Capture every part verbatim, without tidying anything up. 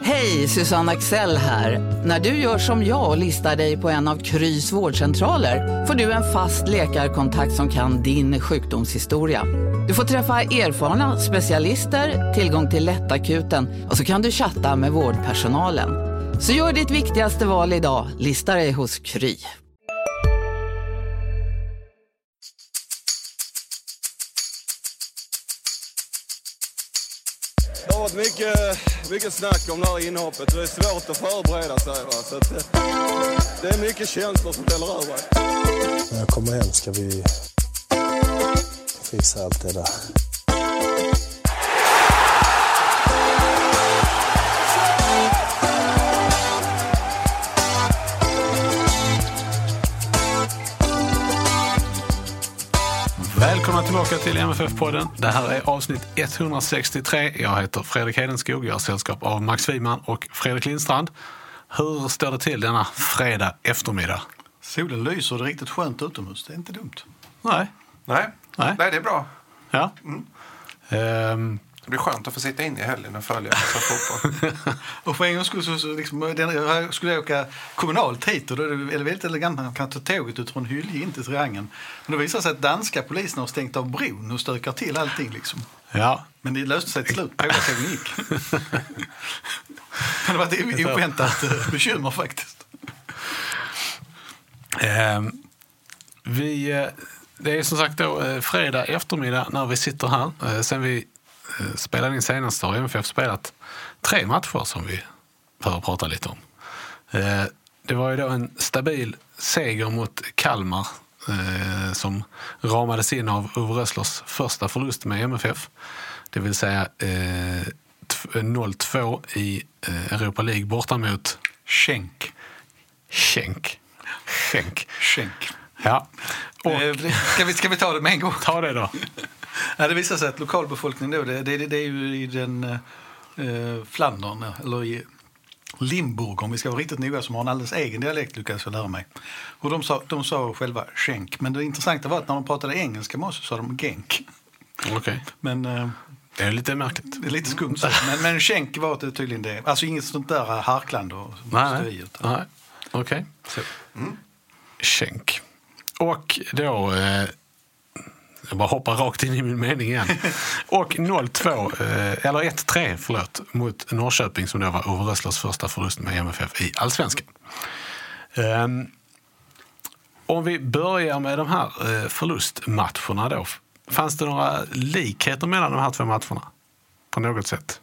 Hej, Susanne Axel här. När du gör som jag och listar dig på en av Krys vårdcentraler får du en fast läkarkontakt som kan din sjukdomshistoria. Du får träffa erfarna specialister, tillgång till lättakuten och så kan du chatta med vårdpersonalen. Så gör ditt viktigaste val idag, lista dig hos Kry. Det har varit mycket, mycket snack om det här inhoppet. Det är svårt att förbereda sig. Va? Så att det, det är mycket känslor som ställer över. När jag kommer hem ska vi fixa allt det där. Välkomna tillbaka till M F F-podden. Det här är avsnitt etthundrasextiotre. Jag heter Fredrik Hedenskog. Jag har sällskap av Max Wiman och Fredrik Lindstrand. Hur står det till denna fredag eftermiddag? Solen lyser, det är riktigt skönt utomhus. Det är inte dumt. Nej. Nej, Nej. Nej det är bra. Ja. Mm. Um. Det blir skönt att få sitta in i helgen och följa fotboll. Och för en gång skulle, så, så, liksom, jag skulle åka kommunalt hit och då är det väldigt elegant. Man kan ta tåget ut från Hylje in till Triangeln. Men då visar sig att danska polisen har stängt av bron och stökar till allting. Liksom. Ja. Men det löste sig till slut. Båda tågen gick. Men det var ett oväntat bekymmer faktiskt. Um, vi, det är som sagt då fredag eftermiddag när vi sitter här. Sen vi spelade in senast har M F F spelat tre matcher som vi behöver prata lite om. Det var ju då en stabil seger mot Kalmar som ramades in av Uwe Rösslers första förlust med M F F. Det vill säga noll två i Europa League borta mot Schenk. Schenk. Schenk. Schenk. Ja. Och, ska, vi, ska vi ta det med en gång? Ta det då. Ja, det visar sig att lokalbefolkningen då, det, det, det är ju i den eh, Flandern, eller i Limburg om vi ska vara riktigt noga, som har en alldeles egen dialekt, lyckades jag lära mig. Och de sa, de sa själva Schenk, men det intressanta var att när de pratade engelska med oss så sa de Genk. Okej. Okay. Men eh, det är lite märkligt. Det är lite skumt. men, men Schenk var det tydligen det. Alltså inget sånt där Harkland och Nej, nej. Okej. Okay. Mm. Schenk. Och då... Eh, Jag bara hoppar rakt in i min mening igen. Och noll två, eller ett tre, förlåt, mot Norrköping som då var Uwe Rösslers första förlust med M F F i Allsvenskan. Um, om vi börjar med de här förlustmatcherna då. Fanns det några likheter mellan de här två matcherna? På något sätt?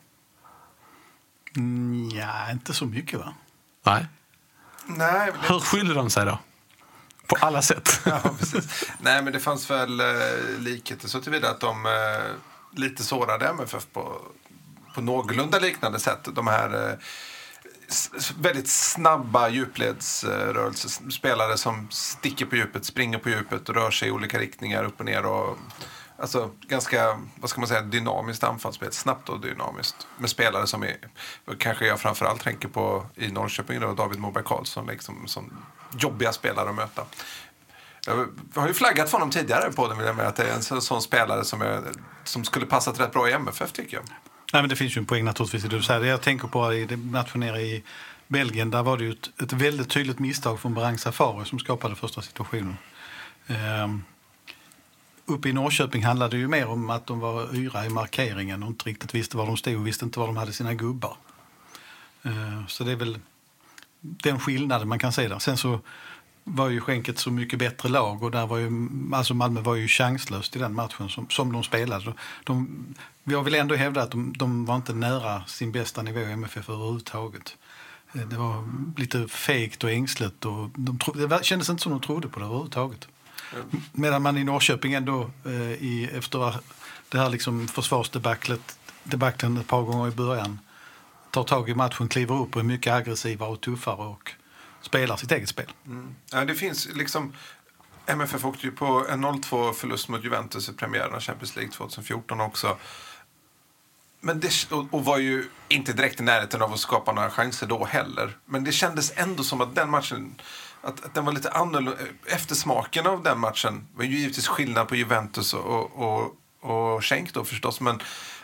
Mm, ja, inte så mycket va? Nej. Nej. Men... Hur skiljer de sig då? På alla sätt. Ja, precis. Nej, men det fanns väl eh, likheter så tillvida att de eh, lite sårade M F F på, på någorlunda liknande sätt. De här eh, s- väldigt snabba djupledsrörelser. Spelare som sticker på djupet, springer på djupet och rör sig i olika riktningar upp och ner. Och, alltså ganska, vad ska man säga, dynamiskt anfallsspel. Snabbt och dynamiskt. Med spelare som är, kanske jag framförallt tänker på i Norrköping då, David Moberg Karlsson liksom, som jobbiga spelare att möta. Jag har ju flaggat för honom tidigare på den, vill jag med, att det är en sån, sån spelare som, är, som skulle passa rätt bra i M F F, tycker jag. Nej, men det finns ju en poäng naturligtvis i det du säger. Jag tänker på i matchen nere i Belgien, där var det ju ett, ett väldigt tydligt misstag från Barang Safari som skapade första situationen. Um, uppe i Norrköping handlade det ju mer om att de var yra i markeringen och inte riktigt visste var de stod och visste inte var de hade sina gubbar. Uh, så det är väl den skillnaden man kan se där. Sen så var ju Schenket så mycket bättre lag och där var ju, alltså Malmö var ju chanslöst i den matchen som, som de spelade. De, jag vill ändå hävda att de, de var inte nära sin bästa nivå i M F F överhuvudtaget. Det var lite fegt och ängsligt och de tro, det kändes inte som de trodde på det överhuvudtaget. Mm. Medan man i Norrköping ändå eh, i, efter det här liksom försvarsdebaclet debaclen ett par gånger i början tar tag i matchen, kliver upp och är mycket aggressiva och tuffare och spelar sitt eget spel. Mm. Ja, det finns liksom, M F F åkte ju på en noll två förlust mot Juventus i premiären av Champions League tjugohundrafjorton också. Men det, och, och var ju inte direkt i närheten av att skapa några chanser då heller. Men det kändes ändå som att den matchen, att, att den var lite annorlunda. Eftersmaken av den matchen var ju givetvis skillnad på Juventus och, och, och Schenk då förstås. Men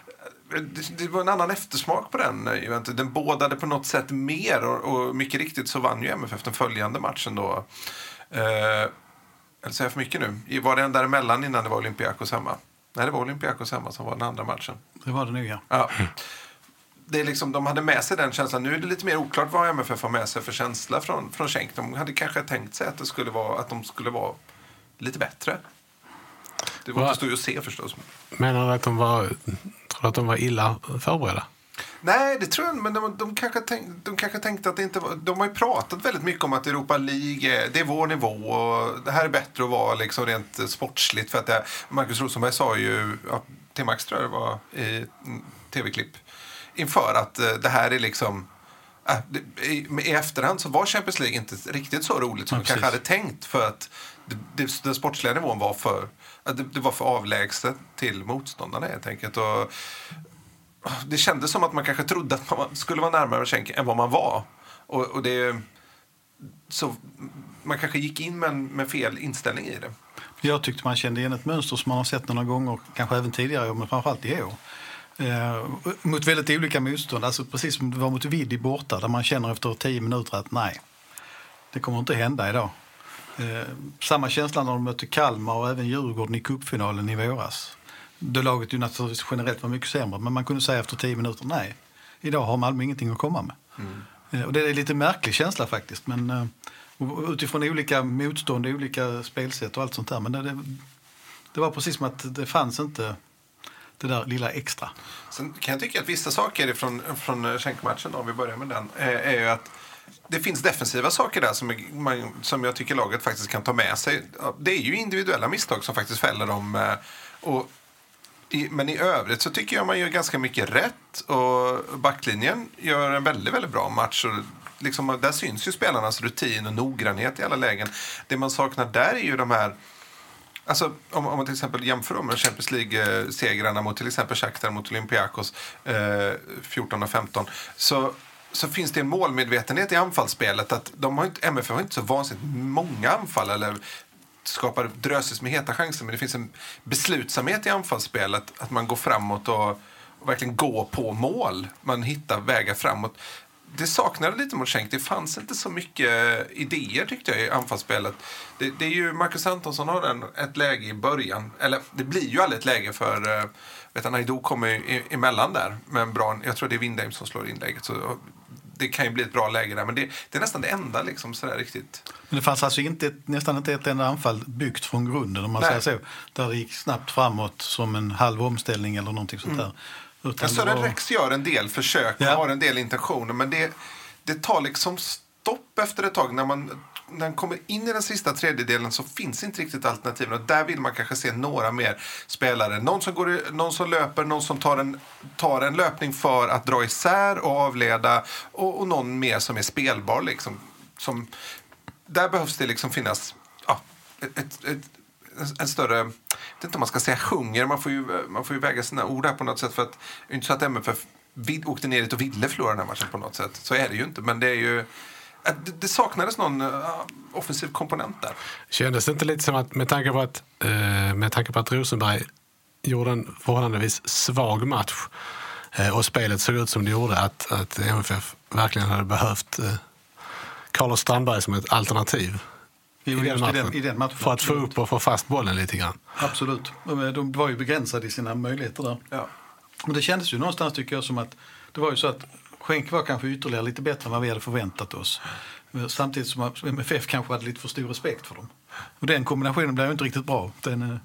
det, det var en annan eftersmak på den. Den bådade på något sätt mer och, och mycket riktigt så vann ju M F F den följande matchen då. Eh, eller säger jag för mycket nu? Var det en däremellan innan det var Olympiakos hemma? Nej, det var Olympiakos hemma som var den andra matchen. Det var det nu, ja. Ja. Det är liksom, de hade med sig den känslan. Nu är det lite mer oklart vad M F F har med sig för känsla från, från Schenk. De hade kanske tänkt sig att, det skulle vara, att de skulle vara lite bättre. Det var inte stå att se förstås. Menar du att de var, tror du att de var illa förberedda? Nej, det tror jag inte. Men de, de, kanske tänk, de kanske tänkte att det inte var... De har ju pratat väldigt mycket om att Europa League, det är vår nivå och det här är bättre att vara liksom rent sportsligt. För att det, Marcus Rosenberg sa ju, ja, till Max tror jag det var i tv-klipp, inför att det här är liksom... Äh, det, i, I efterhand så var Champions League inte riktigt så roligt som ja, de kanske hade tänkt. För att det, det, den sportsliga nivån var för... Det, det var för avlägset till motståndarna helt enkelt. Och det kändes som att man kanske trodde att man skulle vara närmare Schenk än vad man var. Och, och det, så man kanske gick in med, med fel inställning i det. Jag tyckte man kände igen ett mönster som man har sett några gånger, kanske även tidigare, men framförallt i år. Eh, mot väldigt olika motstånd. Alltså precis som det var mot Vidi borta, där man känner efter tio minuter att nej, det kommer inte hända idag. Eh, samma känsla när de mötte Kalmar och även Djurgården i cupfinalen i våras. Det laget ju naturligtvis generellt var mycket sämre, men man kunde säga efter tio minuter, nej, idag har Malmö ingenting att komma med. Mm. Eh, och det är lite märklig känsla faktiskt, men eh, utifrån olika motstånd, olika spelsätt och allt sånt där. Men det, det, det var precis som att det fanns inte det där lilla extra. Sen kan jag tycka att vissa saker från, från Schenk-matchen, om vi börjar med den, är, är ju att det finns defensiva saker där som, man, som jag tycker laget faktiskt kan ta med sig. Det är ju individuella misstag som faktiskt fäller dem. Och i, men i övrigt så tycker jag man gör ganska mycket rätt. Och backlinjen gör en väldigt, väldigt bra match. Och liksom, där syns ju spelarnas rutin och noggrannhet i alla lägen. Det man saknar där är ju de här... Alltså, om, om man till exempel jämför med Champions League-segrarna mot till exempel Shakhtar mot Olympiakos eh, fjorton och femton, så, så finns det en målmedvetenhet i anfallsspelet att de har inte, M F F har inte så vansinnigt många anfall eller skapar dröses med heta chanser, men det finns en beslutsamhet i anfallsspelet att man går framåt och, och verkligen går på mål. Man hittar vägar framåt. Det saknade lite mot Schenk. Det fanns inte så mycket idéer tyckte jag i anfallsspelet. Det, det är ju Marcus Antonsson har en, ett läge i början. Eller det blir ju aldrig ett läge för vet du, Naidoo kommer i, emellan där. Men bra, jag tror det är Windheim som slår inlägget. Så det kan ju bli ett bra läge där. Men det, det är nästan det enda liksom sådär riktigt. Men det fanns alltså inte, nästan inte ett enda anfall byggt från grunden om man Nej. säger så. Där det gick snabbt framåt som en halv omställning eller någonting sånt där. Mm. Utan Sören var... Rex gör en del försök och ja. har en del intentioner, men det, det tar liksom stopp efter ett tag. När man, när man kommer in i den sista tredjedelen så finns inte riktigt alternativen, och där vill man kanske se några mer spelare. Någon som, går i, någon som löper, någon som tar en, tar en löpning för att dra isär och avleda, och, och någon mer som är spelbar. Liksom, som, där behövs det liksom finnas ja, ett, ett, ett en större, jag vet inte om man ska säga hunger, man får ju, man får ju väga sina ord här på något sätt, för att det är inte så att M F F vid, åkte ner dit och ville förlora den här matchen på något sätt. Så är det ju inte, men det är ju det, det saknades någon uh, offensiv komponent där. Kändes det inte lite som att med tanke på att uh, med tanke på att Rosenberg gjorde en förhållandevis svag match uh, och spelet såg ut som det gjorde, att, att M F F verkligen hade behövt uh, Carlos Strandberg som ett alternativ I den, matchen, i, den, i den matchen, för att absolut. få upp och få fast bollen lite grann. Absolut. De var ju begränsade i sina möjligheter där. Ja. Men det kändes ju någonstans tycker jag som att det var ju så att Schenk var kanske ytterligare lite bättre än vad vi hade förväntat oss. Samtidigt som M F F kanske hade lite för stor respekt för dem. Och den kombinationen blev ju inte riktigt bra. Den, eh,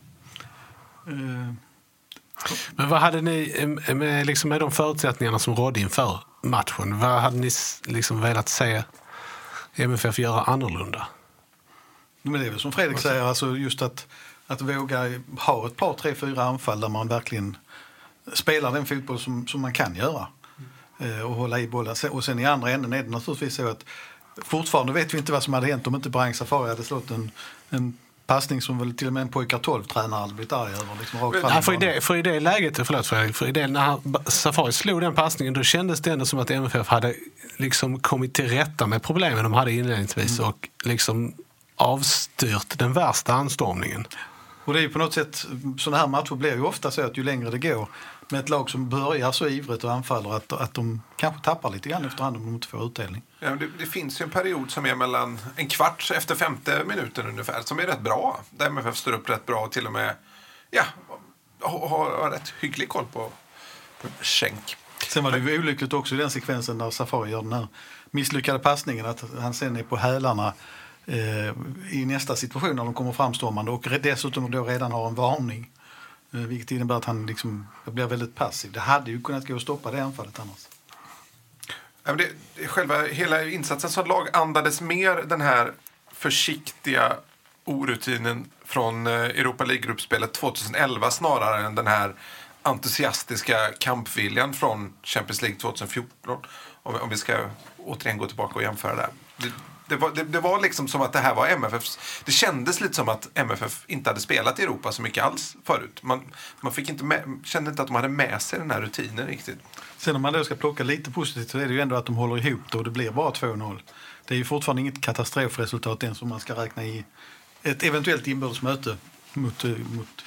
eh. Men vad hade ni med, liksom med de förutsättningarna som rådde inför matchen? Vad hade ni liksom velat se M F F göra annorlunda? Men det är väl som Fredrik säger, alltså just att, att våga ha ett par, tre, fyra anfall där man verkligen spelar den fotboll som, som man kan göra mm. och hålla i bollen. Och sen i andra änden är det naturligtvis så att fortfarande vet vi inte vad som hade hänt om inte Brang Safari hade slått en, en passning som väl till och med en pojkar tolv-tränare hade blivit arg över. Liksom rakt fram. Ja, för, i det, för i det läget, förlåt Fredrik, för i det, när han, Safari slog den passningen, då kändes det ändå som att M F F hade liksom kommit till rätta med problemen de hade inledningsvis mm. och liksom avstyrt den värsta anstormningen. Och det är ju på något sätt, sådana här matcher blir ju ofta så att ju längre det går, med ett lag som börjar så ivrigt och anfaller att, att de kanske tappar lite grann efterhand om de inte får utdelning. Ja, det, det finns ju en period som är mellan en kvart efter femte minuten ungefär som är rätt bra. Där M F F står upp rätt bra och till och med ja, har, har rätt hygglig koll på, på Schenk. Sen var det ju olyckligt också i den sekvensen när Safari gör den här misslyckade passningen att han sen är på hälarna eh, i nästa situation när de kommer framstormande och dessutom då redan har en varning. Eh, vilket innebär att han liksom blir väldigt passiv. Det hade ju kunnat gå att stoppa det anfallet annars. Ja, men det, det, själva hela insatsen som lag andades mer den här försiktiga orutinen från Europa League-gruppspelet tjugoelva snarare än den här entusiastiska kampviljan från Champions League tjugohundrafjorton. Om, om vi ska återigen gå tillbaka och jämföra där. Det, det, var, det, det var liksom som att det här var M F Fs... Det kändes lite som att M F F inte hade spelat i Europa så mycket alls förut. Man, man fick inte med, kände inte att de hade med sig den här rutinen riktigt. Sen om man då ska plocka lite positivt så är det ju ändå att de håller ihop det och det blir bara två noll. Det är ju fortfarande inget katastrofresultat än som man ska räkna i ett eventuellt inbördesmöte mot, mot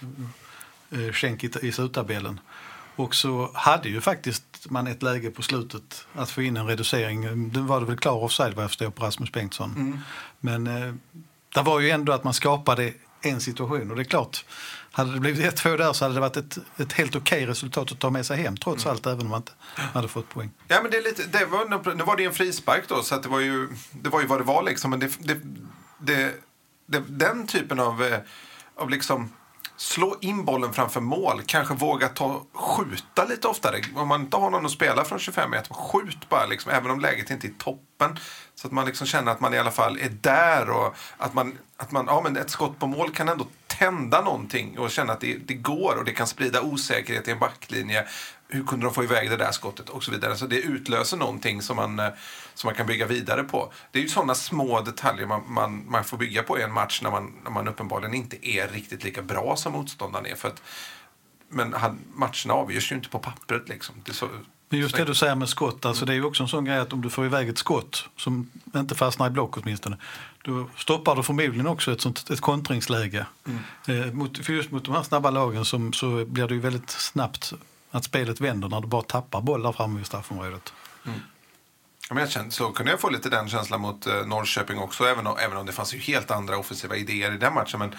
uh, Schenk i, i sluttabellen. Och så hade ju faktiskt man ett läge på slutet att få in en reducering. Det var det väl klar offside vad jag förstår på Rasmus Bengtsson. Mm. Men uh, det var ju ändå att man skapade en situation och det är klart, hade det blivit ett två där så hade det varit ett, ett helt okej resultat att ta med sig hem trots mm. allt, även om man inte hade fått poäng. Ja, men det är lite, det var, nu var det en frispark då så att det var ju det var ju vad det var liksom, men det, det, det, det den typen av, av liksom slå in bollen framför mål, kanske våga ta skjuta lite oftare. Om man inte har någon att spela från tjugofem meter, skjut bara liksom, även om läget inte är toppen. Så att man liksom känner att man i alla fall är där och att man, att man ja, men ett skott på mål kan ändå tända någonting och känna att det, det går och det kan sprida osäkerhet i en backlinje. Hur kunde de få iväg det där skottet och så vidare. Så det utlöser någonting som man, som man kan bygga vidare på. Det är ju sådana små detaljer man, man, man får bygga på i en match när man, när man uppenbarligen inte är riktigt lika bra som motståndaren är. För att, men han, matcherna avgörs ju inte på pappret liksom. Det är så, men just det du säger med skott, alltså det är ju också en sån grej att om du får iväg ett skott som inte fastnar i block åtminstone, då stoppar du förmodligen också ett, sånt, ett kontringsläge. Mm. Eh, mot, för just mot de här snabba lagen som, så blir det ju väldigt snabbt att spelet vänder när du bara tappar bollar framme i straffområdet. Mm. Ja, men jag kände, så kunde jag få lite den känslan mot eh, Norrköping också, även om, även om det fanns ju helt andra offensiva idéer i den matchen. Men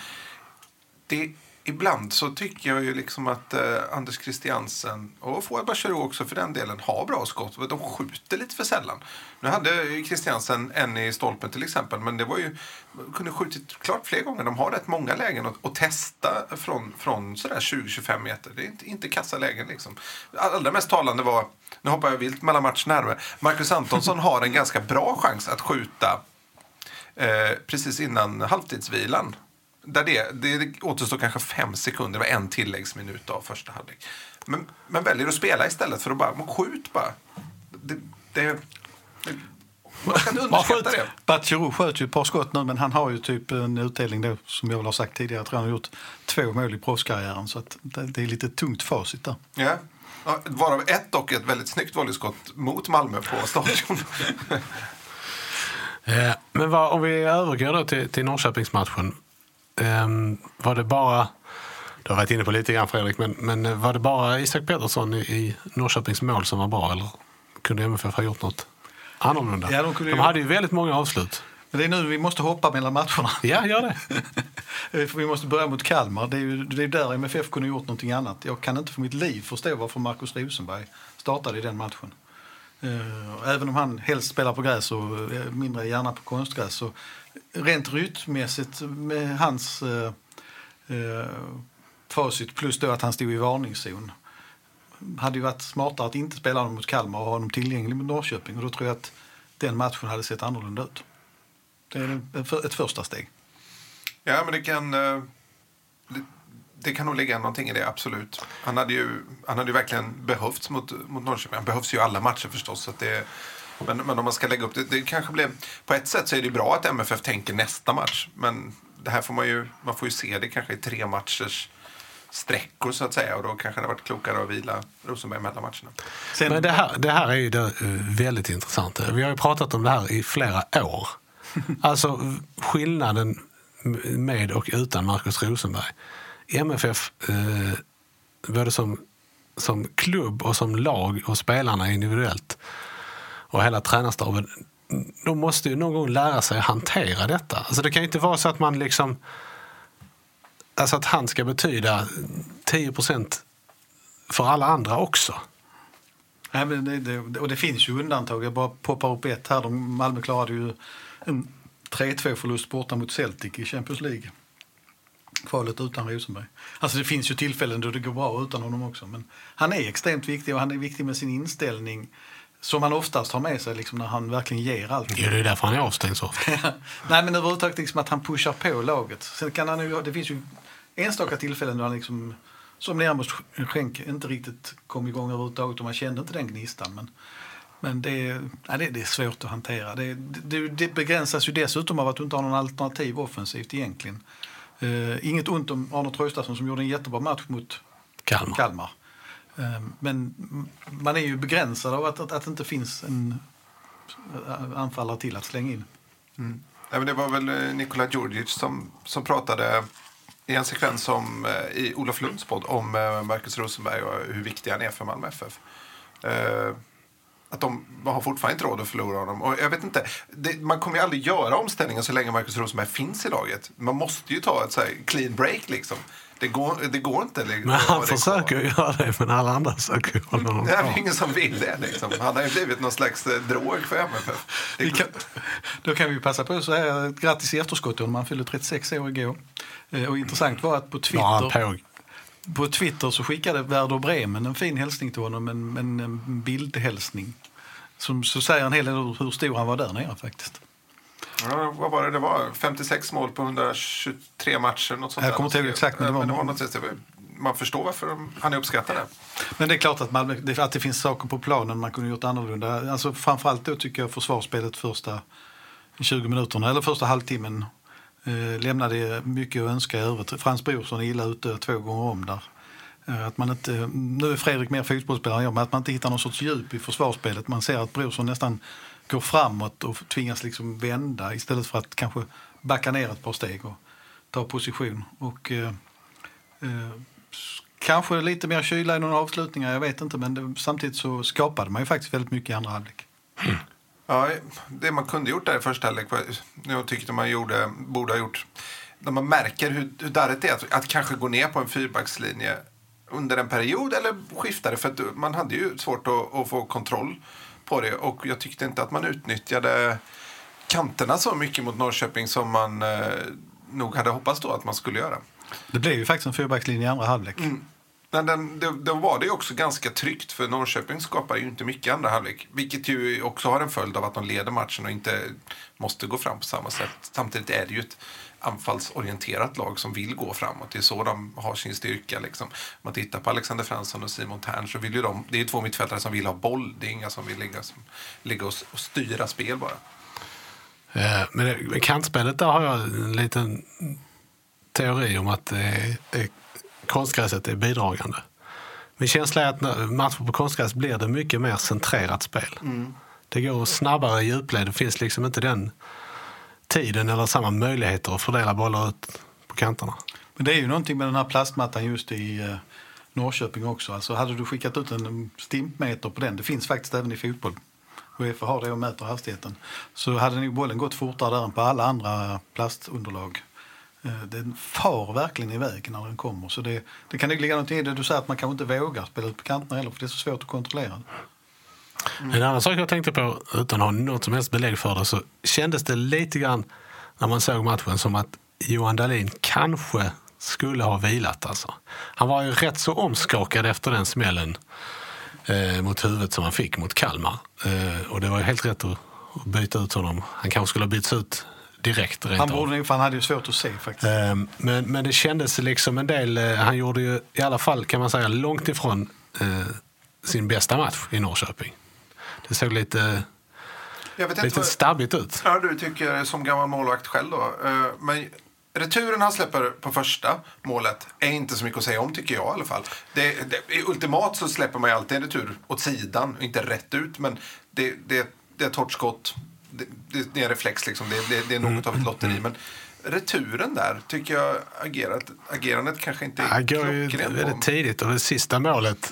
det, ibland så tycker jag ju liksom att eh, Anders Christiansen och Fouad Bachirou också för den delen har bra skott. De skjuter lite för sällan. Nu hade Christiansen en i stolpen till exempel, men det var ju kunde skjutit klart fler gånger. De har rätt många lägen att, att testa från, från sådär tjugo till tjugofem meter. Det är inte, inte kassalägen liksom. Allra mest talande var, nu hoppar jag vilt mellan match närmare, Marcus Antonsson har en ganska bra chans att skjuta eh, precis innan halvtidsvilan. Där det, det återstår kanske fem sekunder, det var en tilläggsminut av första halvlek. Men, men väljer att spela istället för att bara, man skjut bara. Det, det, det, man ska inte underskatta det. Bachirou sköt ju ett par skott nu, men han har ju typ en utdelning då, som jag väl har sagt tidigare, att han har gjort två mål i proffskarriären, så att det, det är lite tungt facit där. Ja, varav ett och ett väldigt snyggt volleyskott mot Malmö på stadion. Men vad, om vi övergår då till, till Norrköpingsmatchen, Um, var det bara, du har varit inne på lite grann Fredrik, men, men var det bara Isak Pettersson i, i Norrköpings mål som var bra, eller kunde M F F ha gjort något annorlunda? Ja, de kunde de ju... hade ju väldigt många avslut. Men det är nu vi måste hoppa mellan matcherna. Ja, gör det. För vi måste börja mot Kalmar. Det är ju det är där M F F kunde gjort någonting annat. Jag kan inte för mitt liv förstå varför Marcus Rosenberg startade i den matchen. Även om han helst spelar på gräs och mindre gärna på konstgräs, så rent rytmässigt med hans eh, eh, facit plus då att han stod i varningszon hade ju varit smartare att inte spela honom mot Kalmar och ha honom tillgänglig mot Norrköping, och då tror jag att den matchen hade sett annorlunda ut. Det är ett första steg. Ja, men det kan det, det kan nog ligga någonting i det, absolut. Han hade ju, han hade ju verkligen behövts mot, mot Norrköping. Han behövs ju alla matcher förstås, så att det Men, men om man ska lägga upp det, det kanske blir, på ett sätt så är det bra att M F F tänker nästa match, men det här får man ju, man får ju se det kanske i tre matchers sträckor så att säga, och då kanske det har varit klokare att vila Rosenberg mellan matcherna. Sen, men det här, det här är ju det, väldigt intressant. Vi har ju pratat om det här i flera år. Alltså skillnaden med och utan Marcus Rosenberg. M F F, eh, både som som klubb och som lag och spelarna individuellt och hela tränarstaben, de måste ju någon gång lära sig att hantera detta. Alltså det kan ju inte vara så att man liksom, alltså att han ska betyda tio procent för alla andra också. Nej, men det, det, och det finns ju undantag. Jag bara poppar upp ett här. De, Malmö klarade ju en tre två förlust borta mot Celtic i Champions League. Kvalet utan Rosenberg. Alltså det finns ju tillfällen då det går bra utan honom också. Men han är extremt viktig och han är viktig med sin inställning som han oftast har med sig liksom, när han verkligen ger allt. Ja, det är därför han är avstängd så. Nej, men överhuvudtaget liksom att han pushar på laget. Sen kan han ju, det finns ju enstaka tillfällen då han liksom, som nere mot Schenk, inte riktigt kom igång överhuvudtaget och man kände inte den gnistan. Men, men det, nej, det, det är svårt att hantera. Det, det, det begränsas ju dessutom av att du inte har någon alternativ offensivt egentligen. Uh, inget ont om Arne Traustason som gjorde en jättebra match mot Kalmar. Kalmar. Uh, men man är ju begränsad av att, att, att det inte finns en anfallare till att slänga in. Mm. Ja, men det var väl Nikola Djurdjic som, som pratade i en sekvens om, uh, i Olof Lunds podd om uh, Marcus Rosenberg och hur viktig han är för Malmö F F. Uh, att de har fortfarande inte råd att förlora honom. Och jag vet inte, det, man kommer ju aldrig göra omställningen så länge Marcus Rosenberg finns i laget. Man måste ju ta ett så här clean break liksom. Det går, det går inte. Liksom, men han försöker ju göra det, men alla andra försöker hålla honom. Det är ingen som vill det liksom. Han har ju blivit någon slags eh, drog för M F F. Vi kan, då kan vi passa på så här, grattis i efterskott om man fyllde trettiosex år igår. Eh, och intressant var att på Twitter... Ja, på Twitter så skickade Werder Bremen en fin hälsning till honom, en, en, en bildhälsning. Som så säger en hel del hur stor han var där nere faktiskt. Ja, vad var det? Det var femtiosex mål på hundratjugotre matcher. Något sånt jag kommer inte ihåg exakt, men det var, men det var något sätt. Man förstår varför de, han är uppskattad. Men det är klart att, Malmö, att det finns saker på planen man kunde gjort annorlunda. Alltså framförallt då tycker jag försvarsspelet första tjugo minuterna eller första halvtimmen eh, lämnade mycket att önska i övrigt. Frans Brorsson är illa ute två gånger om där. Att man inte, nu är Fredrik mer fotbollsspelare än jag, men att man inte hittar någon sorts djup i försvarsspelet. Man ser att Brorsson nästan går framåt och tvingas liksom vända istället för att kanske backa ner ett par steg och ta position. Och eh, eh, kanske lite mer kyla i några avslutningar, jag vet inte, men det, samtidigt så skapade man ju faktiskt väldigt mycket i andra halvlek. Mm. Ja, det man kunde gjort där i första halvlek, jag tyckte man gjorde, borde ha gjort, när man märker hur, hur darrigt det är att, att kanske gå ner på en fyrbackslinje under en period eller skifta det, för att man hade ju svårt att, att få kontroll på det, och jag tyckte inte att man utnyttjade kanterna så mycket mot Norrköping som man eh, nog hade hoppats då att man skulle göra. Det blev ju faktiskt en fyrbackslinje i andra halvlek. Mm. Men den, det, då var det ju också ganska tryggt, för Norrköping skapar ju inte mycket i andra halvlek, vilket ju också har en följd av att de leder matchen och inte måste gå fram på samma sätt. Samtidigt är det ju ett anfallsorienterat lag som vill gå framåt. Det är så de har sin styrka. Liksom. Om man tittar på Alexander Fransson och Simon Tern så vill ju de, det är två mittfältare som vill ha boll. Det är inga som vill ligga, som, ligga och, och styra spel bara. Eh, men det, med kantspelet där har jag en liten teori om att det, det, konstgräset är bidragande. Min känsla är att när matcher på konstgräs blir det mycket mer centrerat spel. Mm. Det går snabbare i djupled. Det finns liksom inte den tiden eller samma möjligheter att fördela bollar ut på kanterna. Men det är ju någonting med den här plastmattan just i eh, Norrköping också. Alltså hade du skickat ut en stimpmeter på den, det finns faktiskt även i fotboll. UEFA har det och mäter hastigheten. Så hade nog bollen gått fortare där än på alla andra plastunderlag. Eh, den far verkligen iväg när den kommer. Så det, det kan ju ligga någonting i det du säger att man kanske inte vågar spela ut på kanterna heller, för det är så svårt att kontrollera. Mm. En annan sak jag tänkte på, utan att ha något som helst belägg för det, så kändes det lite grann när man såg matchen som att Johan Dahlin kanske skulle ha vilat. Alltså. Han var ju rätt så omskakad efter den smällen eh, mot huvudet som han fick mot Kalmar. Eh, och det var ju helt rätt att, att byta ut honom. Han kanske skulle ha bytts ut direkt. Han borde, för han hade ju svårt att se faktiskt. Eh, men, men det kändes liksom en del, eh, han gjorde ju i alla fall, kan man säga, långt ifrån eh, sin bästa match i Norrköping. Det såg lite, jag vet lite inte vad, stabbigt ut. Ja, du tycker som gammal målvakt själv då. Men returen han släpper på första målet är inte så mycket att säga om, tycker jag i alla fall. Det, det, ultimat så släpper man ju alltid en retur åt sidan, inte rätt ut. Men det, det, det är ett hårt skott. Det, det, det är en reflex liksom. Det, det, det är något av ett lotteri. Men returen där tycker jag agerat, agerandet kanske inte är klockrent. Det går ju väldigt tidigt, och det sista målet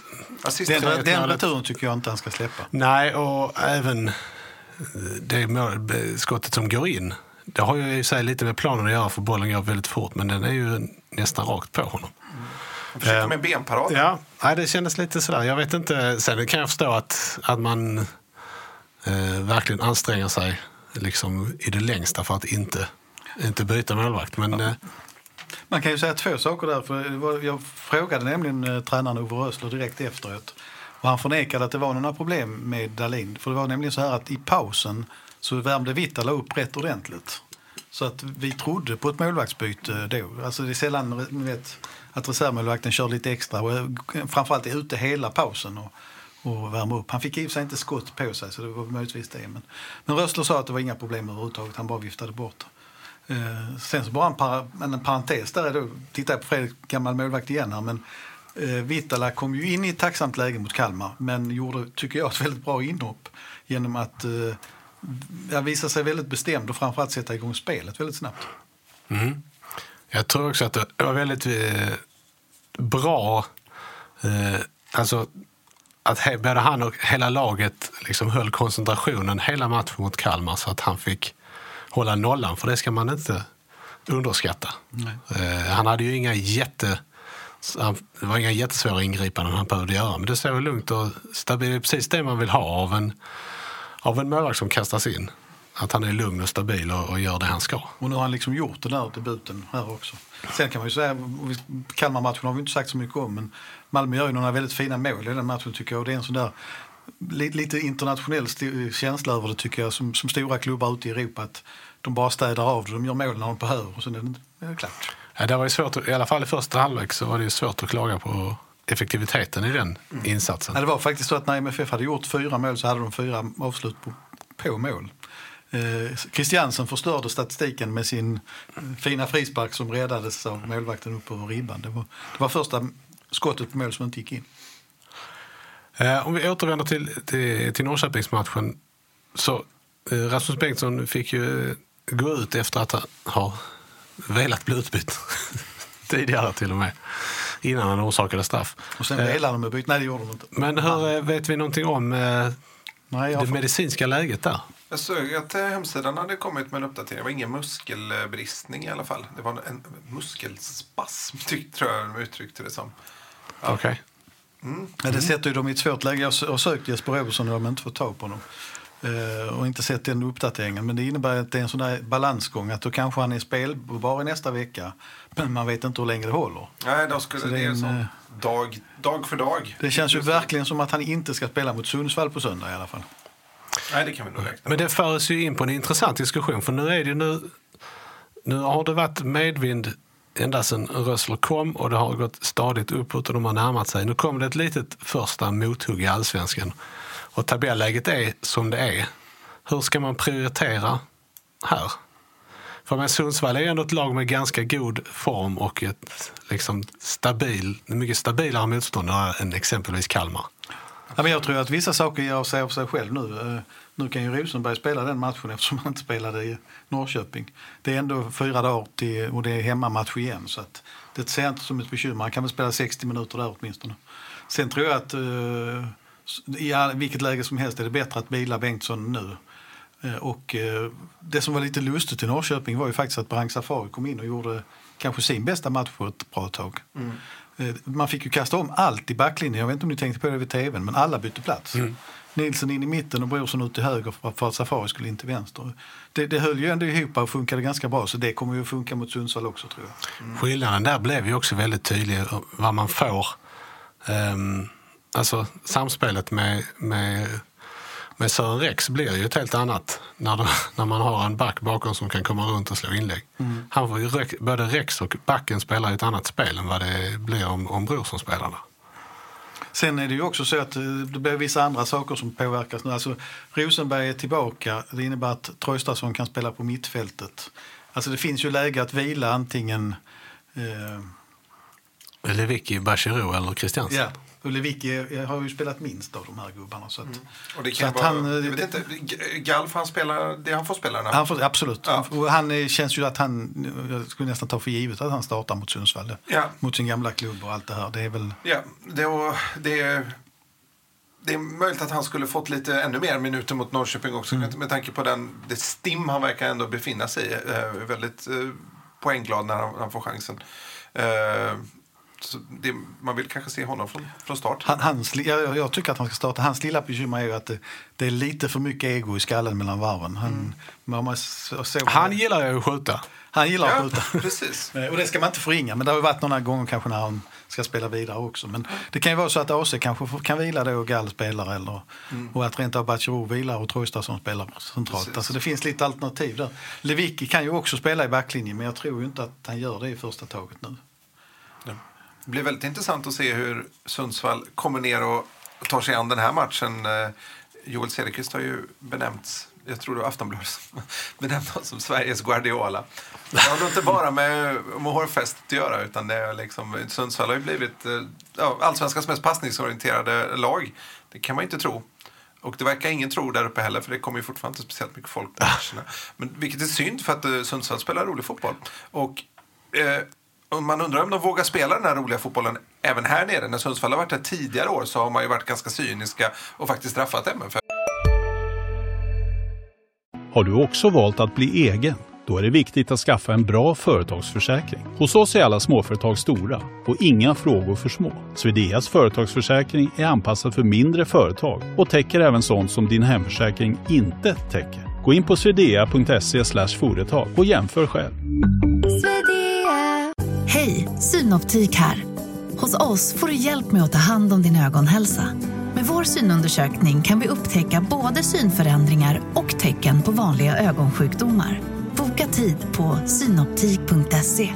Assist- Den, den returen tycker jag inte han ska släppa. Nej, och även det mål, skottet som går in. Det har ju i sig lite med planen att göra, för bollen går väldigt fort, men den är ju nästan rakt på honom. Mm. Försöker med benparad. Ja, nej, det kändes lite sådär. Jag vet inte, sen kan jag förstå att, att man eh, verkligen anstränger sig liksom i det längsta för att inte, inte byta målvakt. Men, ja. eh, Man kan ju säga två saker där. För jag frågade nämligen eh, tränaren Ove Rössler direkt efteråt. Och han förnekade att det var några problem med Dahlin. För det var nämligen så här att i pausen så värmde Vittala upp rätt ordentligt. Så att vi trodde på ett målvaktsbyte då. Alltså det är sällan, ni vet, att reservmålvakten kör lite extra. Och framförallt är ute hela pausen och, och värma upp. Han fick i sig inte skott på sig, så det var möjligtvis det. Men, men Rössler sa att det var inga problem överhuvudtaget. Han bara viftade bort. Eh, sen så bara en, para, en parentes där. Då tittar jag på Fredrik, gammal målvakt igen här. Men eh, Vittala kom ju in i ett tacksamt läge mot Kalmar. Men gjorde, tycker jag, ett väldigt bra inhopp. Genom att eh, jag visade sig väldigt bestämd och framförallt sätta igång spelet väldigt snabbt. Mm. Jag tror också att det var väldigt eh, bra eh, alltså att he, både han och hela laget liksom höll koncentrationen hela matchen mot Kalmar, så att han fick hålla nollan, för det ska man inte underskatta. Eh, han hade ju inga jätte det var inga jättesvåra ingripanden han behövde göra, men det såg lugnt och stabilt, precis det man vill ha av en av en målvakt som kastas in. Att han är lugn och stabil och, och gör det han ska. Och nu har han liksom gjort den där debuten här också. Sen kan man ju säga, Kalmar-matchen har vi inte sagt så mycket om, men Malmö gör ju några väldigt fina mål i den matchen tycker jag. Och det är en sån där lite internationell känsla över det tycker jag, som, som stora klubbar ute i Europa, att de bara städar av det. De gör mål när de behöver och sen är det, är det klart. Ja, det var ju svårt, i alla fall i första halvlek så var det ju svårt att klaga på effektiviteten i den mm. insatsen. Ja, det var faktiskt så att när M F F hade gjort fyra mål så hade de fyra avslut på, på mål. Eh, Christiansen förstörde statistiken med sin fina frispark som räddades av målvakten upp över ribban. Det var, det var första skottet på mål som inte gick in. Eh, om vi återvänder till, till, till Norrköpingsmatchen, så eh, Rasmus Bengtsson fick ju gå ut efter att ha velat bli utbytt tidigare till och med, innan han orsakade straff. Och sen velade de med byt. Nej, det gjorde de inte. Men hur vet vi någonting om eh, Nej, det får... medicinska läget där? Jag såg att hemsidan hade kommit med en uppdatering. Det var ingen muskelbristning i alla fall. Det var en muskelspasm, tyck, tror jag de uttryckte det som. Ja. Okej. Okay. Mm. Ja, det sätter ju dem i ett svårt läge. Jag har sökt Jesper Robertson och de har inte fått tag på honom. Uh, och inte sett den uppdateringen. Men det innebär att det är en sån där balansgång. Att då kanske han är spelbar i nästa vecka. Men man vet inte hur länge det håller. Nej, då skulle det, det en, en dag, dag för dag. Det känns ju verkligen som att han inte ska spela mot Sundsvall på söndag i alla fall. Nej, det kan vi nog räkna. Men det för oss ju in på en intressant diskussion. För nu är det nu, nu har det varit medvind ända sedan Rössler kom. Och det har gått stadigt uppåt och de har närmat sig. Nu kommer det ett litet första mothugg i Allsvenskan. Och tabelläget är som det är. Hur ska man prioritera här? För med Sundsvall är ändå ett lag med ganska god form och ett liksom stabil, mycket stabilare motståndare än exempelvis Kalmar. Ja, men jag tror att vissa saker gör sig av sig själv nu. Nu kan ju Rosenberg spela den matchen eftersom han inte spelade i Norrköping. Det är ändå fyra dagar till, och det är hemmamatch igen. Så att det ser inte som ett bekymmer. Han kan väl spela sextio minuter där åtminstone. Sen tror jag att uh, i vilket läge som helst är det bättre att bila Bengtsson nu. Uh, och uh, det som var lite lustigt i Norrköping var ju faktiskt att Barang Safari kom in och gjorde kanske sin bästa match på ett bra tag. Mm. Man fick ju kasta om allt i backlinjen. Jag vet inte om ni tänkte på det vid tvn, men alla bytte plats. Mm. Nilsson in i mitten och Brorsson ut till höger för att Safari skulle in till vänster. Det, det höll ju ändå ihop och funkade ganska bra, så det kommer ju att funka mot Sundsvall också, tror jag. Mm. Skillnaden där blev ju också väldigt tydlig vad man får. Um, alltså samspelet med, med, med Sören Rex blir ju ett helt annat när, det, när man har en back bakom som kan komma runt och slå inlägg. Mm. Han får ju, både Rex och backen spelar ett annat spel än vad det blir om, om Brorsson spelar där. Sen är det ju också så att det blir vissa andra saker som påverkas nu. Alltså Rosenberg är tillbaka. Det innebär att Traustason kan spela på mittfältet. Alltså det finns ju läge att vila antingen eh... Lewicki, Bachirou eller Christiansen. Ja, och Lewicki har ju spelat minst av de här gubbarna. Så att, mm. Och det kan så vara, att han, jag vet inte, Galf han spelar, det han får spela nu. Han får, absolut. Ja. Och han känns ju att han, jag skulle nästan ta för givet att han startar mot Sundsvall. Ja. Mot sin gamla klubb och allt det här. Det är väl... Ja, det, och, det är det är möjligt att han skulle fått lite ännu mer minuter mot Norrköping också. Mm. Med tanke på den, det stim han verkar ändå befinna sig i. Eh, väldigt eh, poängglad när han, han får chansen. Eh, så det, man vill kanske se honom från, från start. Han, hans, jag, jag tycker att han ska starta. Hans lilla bekymmer är ju att det, det är lite för mycket ego i skallen mellan varven. Han, mm. man, man, så, han gillar ju att skjuta. Han gillar ja, att skjuta. Precis. Och det ska man inte förringa. Men det har ju varit några gånger kanske när han ska spela vidare också. Men det kan ju vara så att A C kanske kan vila då och Gall spelar. Eller, mm. Och att rent av Batjerov vilar och Traustason spelar centralt. Alltså det finns lite alternativ där. Lewicki kan ju också spela i backlinjen. Men jag tror ju inte att han gör det i första taget nu. Ja. Det blir väldigt intressant att se hur Sundsvall kommer ner och tar sig an den här matchen. Joel Cederqvist har ju benämnts, jag tror det var Aftonbladet benämnt som Sveriges Guardiola. Det har nog inte bara med, med hårfäst att göra, utan det är liksom, Sundsvall har ju blivit ja, allsvenskans mest passningsorienterade lag. Det kan man inte tro. Och det verkar ingen tro där uppe heller, för det kommer ju fortfarande inte speciellt mycket folk på matcherna. Men vilket är synd, för att Sundsvall spelar rolig fotboll. Och eh, om man undrar om de vågar spela den här roliga fotbollen även här nere. När Sundsvall har varit här tidigare år så har man ju varit ganska cyniska och faktiskt straffat M F F. Har du också valt att bli egen? Då är det viktigt att skaffa en bra företagsförsäkring. Hos oss är alla småföretag stora och inga frågor för små. Swedeas företagsförsäkring är anpassad för mindre företag och täcker även sånt som din hemförsäkring inte täcker. Gå in på swedea punkt se slash företag och jämför själv. Hej, Synoptik här. Hos oss får du hjälp med att ta hand om din ögonhälsa. Med vår synundersökning kan vi upptäcka både synförändringar och tecken på vanliga ögonsjukdomar. Boka tid på synoptik punkt se.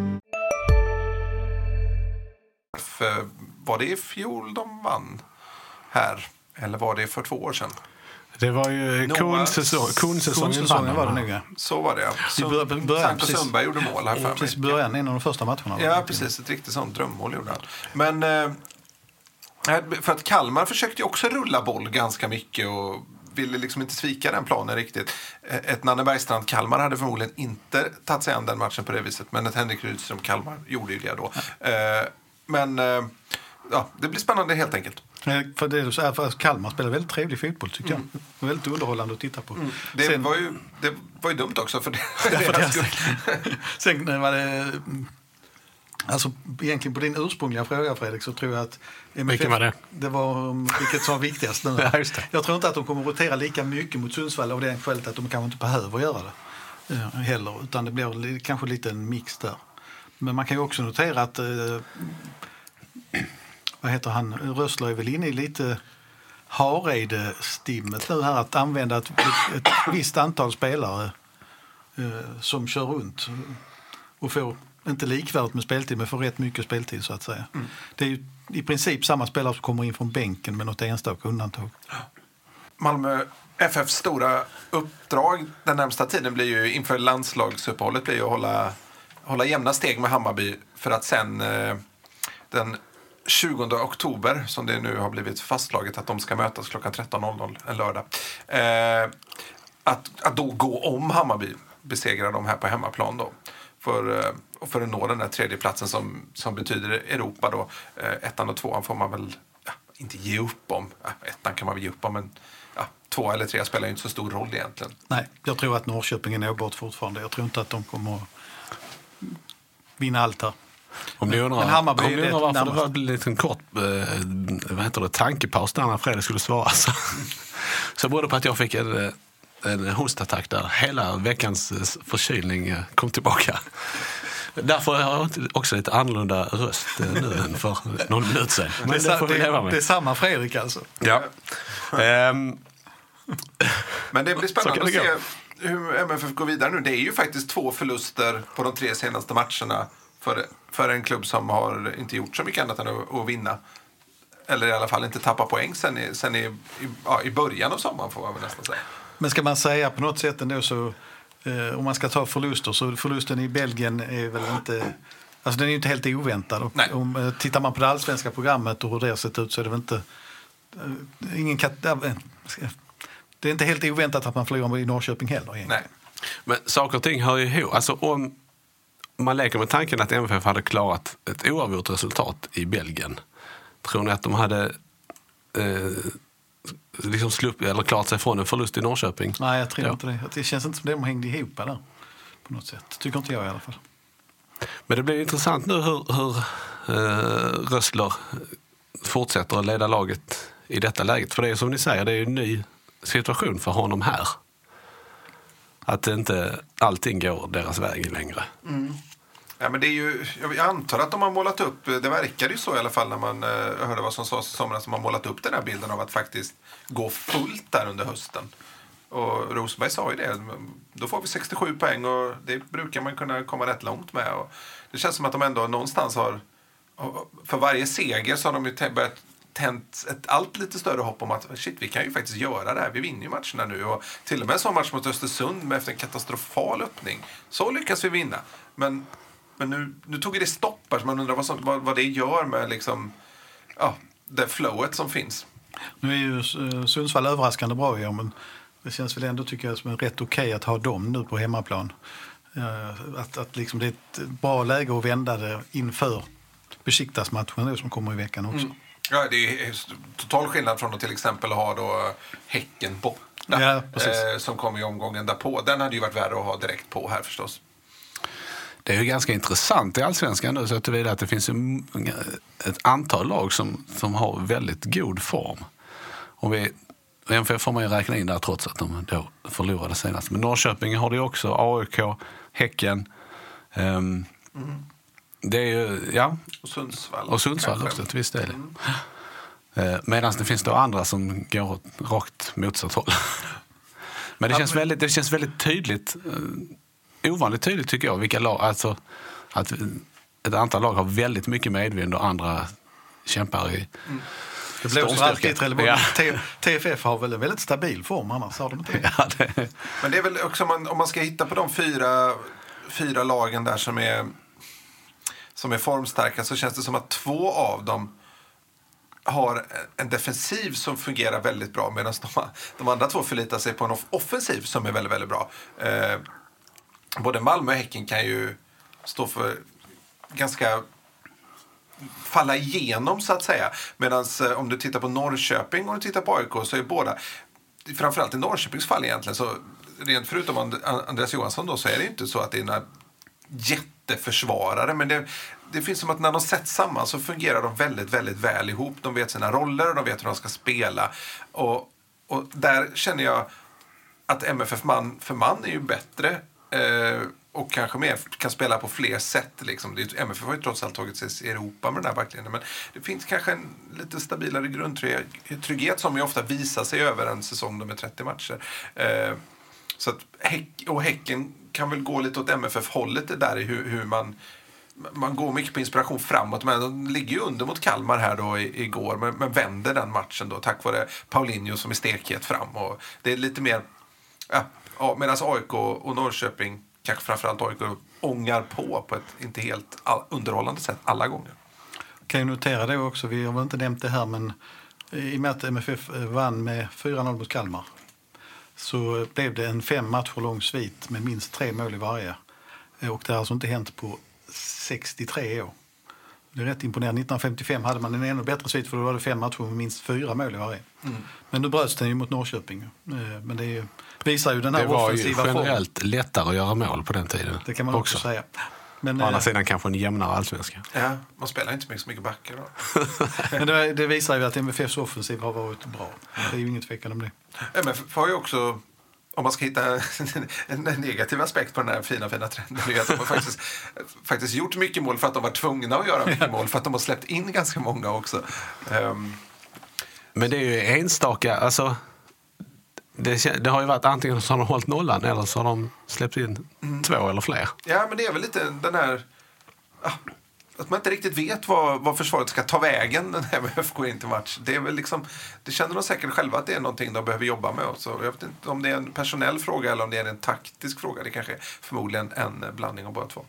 Var det i fjol de vann här? Eller var det för två år sedan? Det var ju konsäsongen var det nog. Så var det, ja. Så Sanko Sundberg gjorde mål här för mig. Precis början, en av de första matcherna. Ja, precis. Ett riktigt sånt drömmål gjorde han. Men eh, för att Kalmar försökte ju också rulla boll ganska mycket och ville liksom inte svika den planen riktigt. Ett Nanne Bergstrand Kalmar hade förmodligen inte tagit sig an den matchen på det viset. Men ett Henrik Rydström Kalmar gjorde ju det då. Ja. Eh, men eh, ja, det blir spännande helt enkelt. För det är så här, för Kalmar spelar väldigt trevlig fotboll tycker mm. jag. Väldigt underhållande att titta på. Mm. Det, Sen, var ju, det var ju dumt också för det. för det Sen var det alltså egentligen på din ursprungliga fråga, Fredrik, så tror jag att M F F, var det? det var vilket som var viktigast nu. Ja, just det. Jag tror inte att de kommer att rotera lika mycket mot Sundsvall av det skälet att de kanske inte behöver göra det eh, heller, utan det blir kanske lite en mix där. Men man kan ju också notera att eh, vad heter han? Rössler är väl inne i lite Hareide-stimmet nu här, att använda ett, ett, ett visst antal spelare eh, som kör runt och får inte likvärdigt med speltid, men får rätt mycket speltid så att säga. Mm. Det är ju i princip samma spelare som kommer in från bänken med något enstaka undantag. Malmö F F:s stora uppdrag den närmsta tiden blir ju inför landslagsuppehållet blir ju att hålla, hålla jämna steg med Hammarby för att sen eh, den tjugonde oktober, som det nu har blivit fastslaget att de ska mötas klockan tretton noll noll en lördag. Eh, att, att då gå om Hammarby, besegra dem här på hemmaplan då. För, för att nå den där tredje platsen som, som betyder Europa då. Eh, ettan och tvåan får man väl ja, inte ge upp om. Ja, ettan kan man väl ge upp om, men ja, två eller tre spelar ju inte så stor roll egentligen. Nej, jag tror att Norrköping är nåbart fortfarande. Jag tror inte att de kommer att vinna allt här. Om ni undrar, Hammarby om ni undrar varför närmast. Det var en liten kort eh, vad heter det, tankepaus där när Fredrik skulle svara. Så, så berodde på att jag fick en, en hostattack där. Hela veckans förkylning kom tillbaka. Därför har jag också lite annorlunda röst nu än för någon minut sedan. Men det, det får vi leva med. Det är samma Fredrik alltså. Ja. um, Men det blir spännande att se hur M F F går vidare nu. Det är ju faktiskt två förluster på de tre senaste matcherna för, för en klubb som har inte gjort så mycket annat än att, att vinna. Eller i alla fall inte tappa poäng sen i, sen i, i, ja, i början av sommaren får man väl nästan säga. Men ska man säga på något sätt ändå så eh, om man ska ta förluster så förlusten i Belgien är väl inte, alltså den är ju inte helt oväntad. Och om, eh, tittar man på det allsvenska programmet och hur det har sett ut så är det väl inte eh, ingen kat, äh, det är inte helt oväntat att man förlorar i Norrköping heller egentligen. Nej. Men saker och ting hör ju ihop. Alltså om man leker med tanken att M F F hade klarat ett oavgjort resultat i Belgien, tror ni att de hade eh, liksom slupp, eller klart sig från en förlust i Norrköping. Nej, jag tror ja. inte det. Det känns inte som det de hängde ihop där på något sätt. Tycker inte jag i alla fall. Men det blir intressant nu hur, hur eh, Rössler fortsätter att leda laget i detta läget. För det är som ni säger, det är en ny situation för honom här. Att inte allting går deras väg längre. Mm. Ja, men det är ju, jag antar att de har målat upp, det verkar ju så i alla fall när man eh, hörde vad som sades i somras, som har målat upp den här bilden av att faktiskt gå fullt där under hösten. Och Rosenberg sa ju det, då får vi sextiosju poäng och det brukar man kunna komma rätt långt med. Och det känns som att de ändå någonstans har, för varje seger så har de ju börjat tänt ett allt lite större hopp om att shit, vi kan ju faktiskt göra det här. Vi vinner ju matcherna nu. Och till och med en sån match mot Östersund med efter en katastrofal öppning. Så lyckas vi vinna. Men, men nu, nu tog det stopp här. Så man undrar vad, som, vad, vad det gör med liksom, ja, det flowet som finns. Nu är ju Sundsvall överraskande bra, ja, men det känns väl ändå, tycker jag, som är rätt okej att ha dem nu på hemmaplan. Att, att liksom det är ett bra läge att vända det inför Besiktas-matchen som kommer i veckan också. Mm. Ja, det är total skillnad från att till exempel ha då Häcken borta, ja, eh, som kom i omgången därpå. Den hade ju varit värre att ha direkt på här förstås. Det är ju ganska intressant i Allsvenskan nu, så att det, vidare att det finns ett antal lag som, som har väldigt god form. Och vi, M F F får man ju räkna in där trots att de då förlorade senast. Men Norrköping har det också, A I K, Häcken. Um, mm. Det är ju, ja. Och Sundsvall. Och Sundsvall också till viss del. Mm. Medan det finns då andra som går rakt motsatt håll. Men det, ja, känns men... Väldigt, det känns väldigt tydligt, ovanligt tydligt tycker jag, vilka lag, alltså att ett antal lag har väldigt mycket medvind och andra kämpar i mm. Det blir också alltid relevant. Ja. T F F har väl en väldigt stabil form, annars har de inte. Ja, det... Men det är väl också, man, om man ska hitta på de fyra, fyra lagen där som är som är formstarka, så känns det som att två av dem har en defensiv som fungerar väldigt bra, medan de, de andra två förlitar sig på en offensiv som är väldigt, väldigt bra. Eh, både Malmö och Häcken kan ju stå för ganska falla igenom så att säga. Medan eh, om du tittar på Norrköping och du tittar på A I K, så är båda, framförallt i Norrköpings fall egentligen, så rent förutom And- Andreas Johansson då, så är det inte så att det är några jätteförsvarare, men det, det finns som att när de sätts samman så fungerar de väldigt, väldigt väl ihop. De vet sina roller och de vet hur de ska spela. Och, och där känner jag att M F F man för man är ju bättre eh, och kanske mer kan spela på fler sätt. Liksom. Det är, M F F har ju trots allt tagit sig i Europa med den här backlinjen, men det finns kanske en lite stabilare grundtrygghet som ju ofta visar sig över en säsong med trettio matcher. Eh, så att häck, och Häcken kan väl gå lite åt M F F-hållet där i hur, hur man, man går mycket på inspiration framåt. Men de ligger ju under mot Kalmar här då i, igår, men, men vänder den matchen då tack vare Paulinho som är stekhet fram. Och det är lite mer, ja, ja, medan A I K och Norrköping, kanske framförallt A I K, ångar på på ett inte helt all, underhållande sätt alla gånger. Kan jag notera det också, vi har väl inte nämnt det här, men i och med att M F F vann med fyra noll mot Kalmar, så blev det en fem matcher lång svit med minst tre mål i varje. Och det har alltså inte hänt på sextiotre år. Det är rätt imponerande. nittonhundrafemtiofem hade man en ännu bättre svit, för då var det fem matcher med minst fyra mål i varje. Mm. Men nu bröts den ju mot Norrköping. Men det är ju, visar ju den här offensiva formen. Det var ju generellt form. lättare att göra mål på den tiden. Det kan man också, också säga. Men, å andra sidan kanske en jämnare allsvenska. Ja, man spelar inte mycket, så mycket backar då. Men det, det visar ju att M F Fs offensiv har varit bra. Det är ju inget tvekan om det. M F F har ju också, om man ska hitta en negativ aspekt på den här fina, fina trenden, är att de har faktiskt, faktiskt gjort mycket mål för att de var tvungna att göra mycket mål, för att de har släppt in ganska många också. Um. Men det är ju enstaka, alltså det, det har ju varit antingen så har de hållit nollan eller så har de släppt in mm. två eller fler. Ja, men det är väl lite den här, ah, att man inte riktigt vet vad, vad försvaret ska ta vägen när M F F går in till match. Det är väl liksom, det känner de säkert själva att det är någonting de behöver jobba med. Så jag vet inte om det är en personell fråga eller om det är en taktisk fråga. Det kanske är förmodligen en blandning av båda två.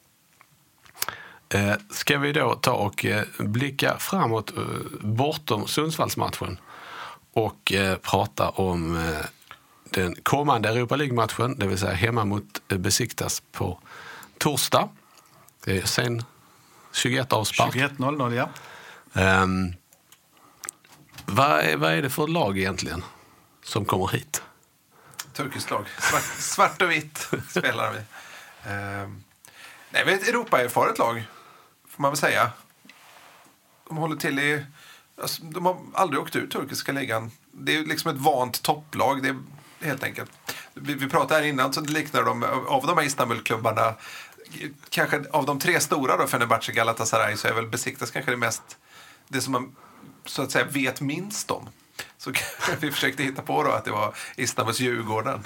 Eh, ska vi då ta och eh, blicka framåt eh, bortom Sundsvallsmatchen och eh, prata om eh, den kommande Europa League-matchen, det vill säga hemma mot eh, Besiktas på torsdag. Det är sen tjugoett avspark. tjugoett noll noll, ja. Um, Vad är, vad är det för lag egentligen som kommer hit? Turkiskt lag. Svart, svart och vitt spelar vi. Uh, nej, vi är ett Europa-erfaret lag, får man väl säga. De håller till i... Alltså, de har aldrig åkt ut turkiska ligan. Det är liksom ett vant topplag, det är helt enkelt. Vi, vi pratade här innan, så det liknar de av de här Istanbul-klubbarna. Kanske av de tre stora då, Fenerbahce, Galatasaray, så är väl Besiktas kanske det mest... Det som man så att säga vet minst om. Så vi försökte hitta på då att det var Istanbuls Djurgården.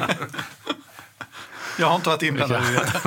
Jag har inte varit inblandad i det.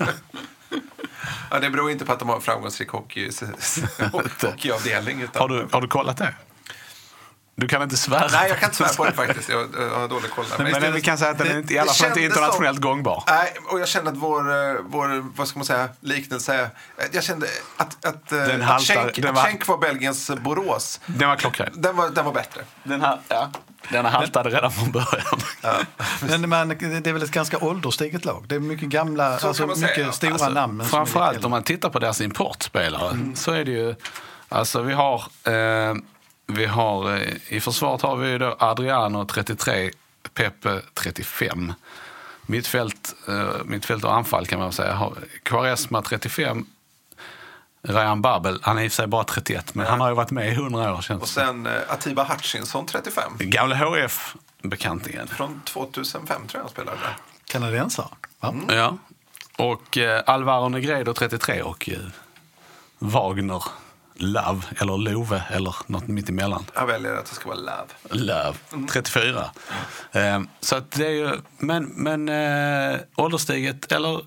Ja, det beror inte på att de har en framgångsrik hockey, hockeyavdelning. Utan... Har du, har du kollat det? Du kan inte svära. Nej, jag kan inte svära på det faktiskt. Jag, jag har dålig koll. Men, men vi kan säga att den är i alla fall inte internationellt som, gångbar. Nej, och jag kände att vår, vår vad ska man säga, liknelse... Jag kände att, att, den att, haltar, Schenk, den att var, Schenk var Belgiens Borås. Den var klockren. Den var, den var bättre. Den här, ja. Den haltade redan från början. Ja. Men man, det är väl ett ganska ålderstiget lag. Det är mycket gamla, alltså mycket säga. stora alltså, namn. Framförallt om man tittar på deras importspelare mm. så är det ju... Alltså vi har... Eh, vi har eh, i försvaret har vi då Adriano trettiotre, Pepe trettiofem. Mittfält, eh, mittfält och anfall kan man säga. Har Quaresma trettiofem. Ryan Babel, han är i sig bara trettioett, men ja. han har ju varit med i hundra år. Känns och sen eh, Atiba Hutchinson trettiofem. Gamla H F-bekantingen. Från tvåtusenfem tror jag han spelade där. Kanadensare. Ja. Mm. ja. Och eh, Alvaro Negredo trettiotre och eh, Wagner Love, eller Love, eller något mitt emellan. Jag väljer att det ska vara Love. Love, trettiofyra. Mm. Eh, så att det är ju, men, men eh, ålderstiget eller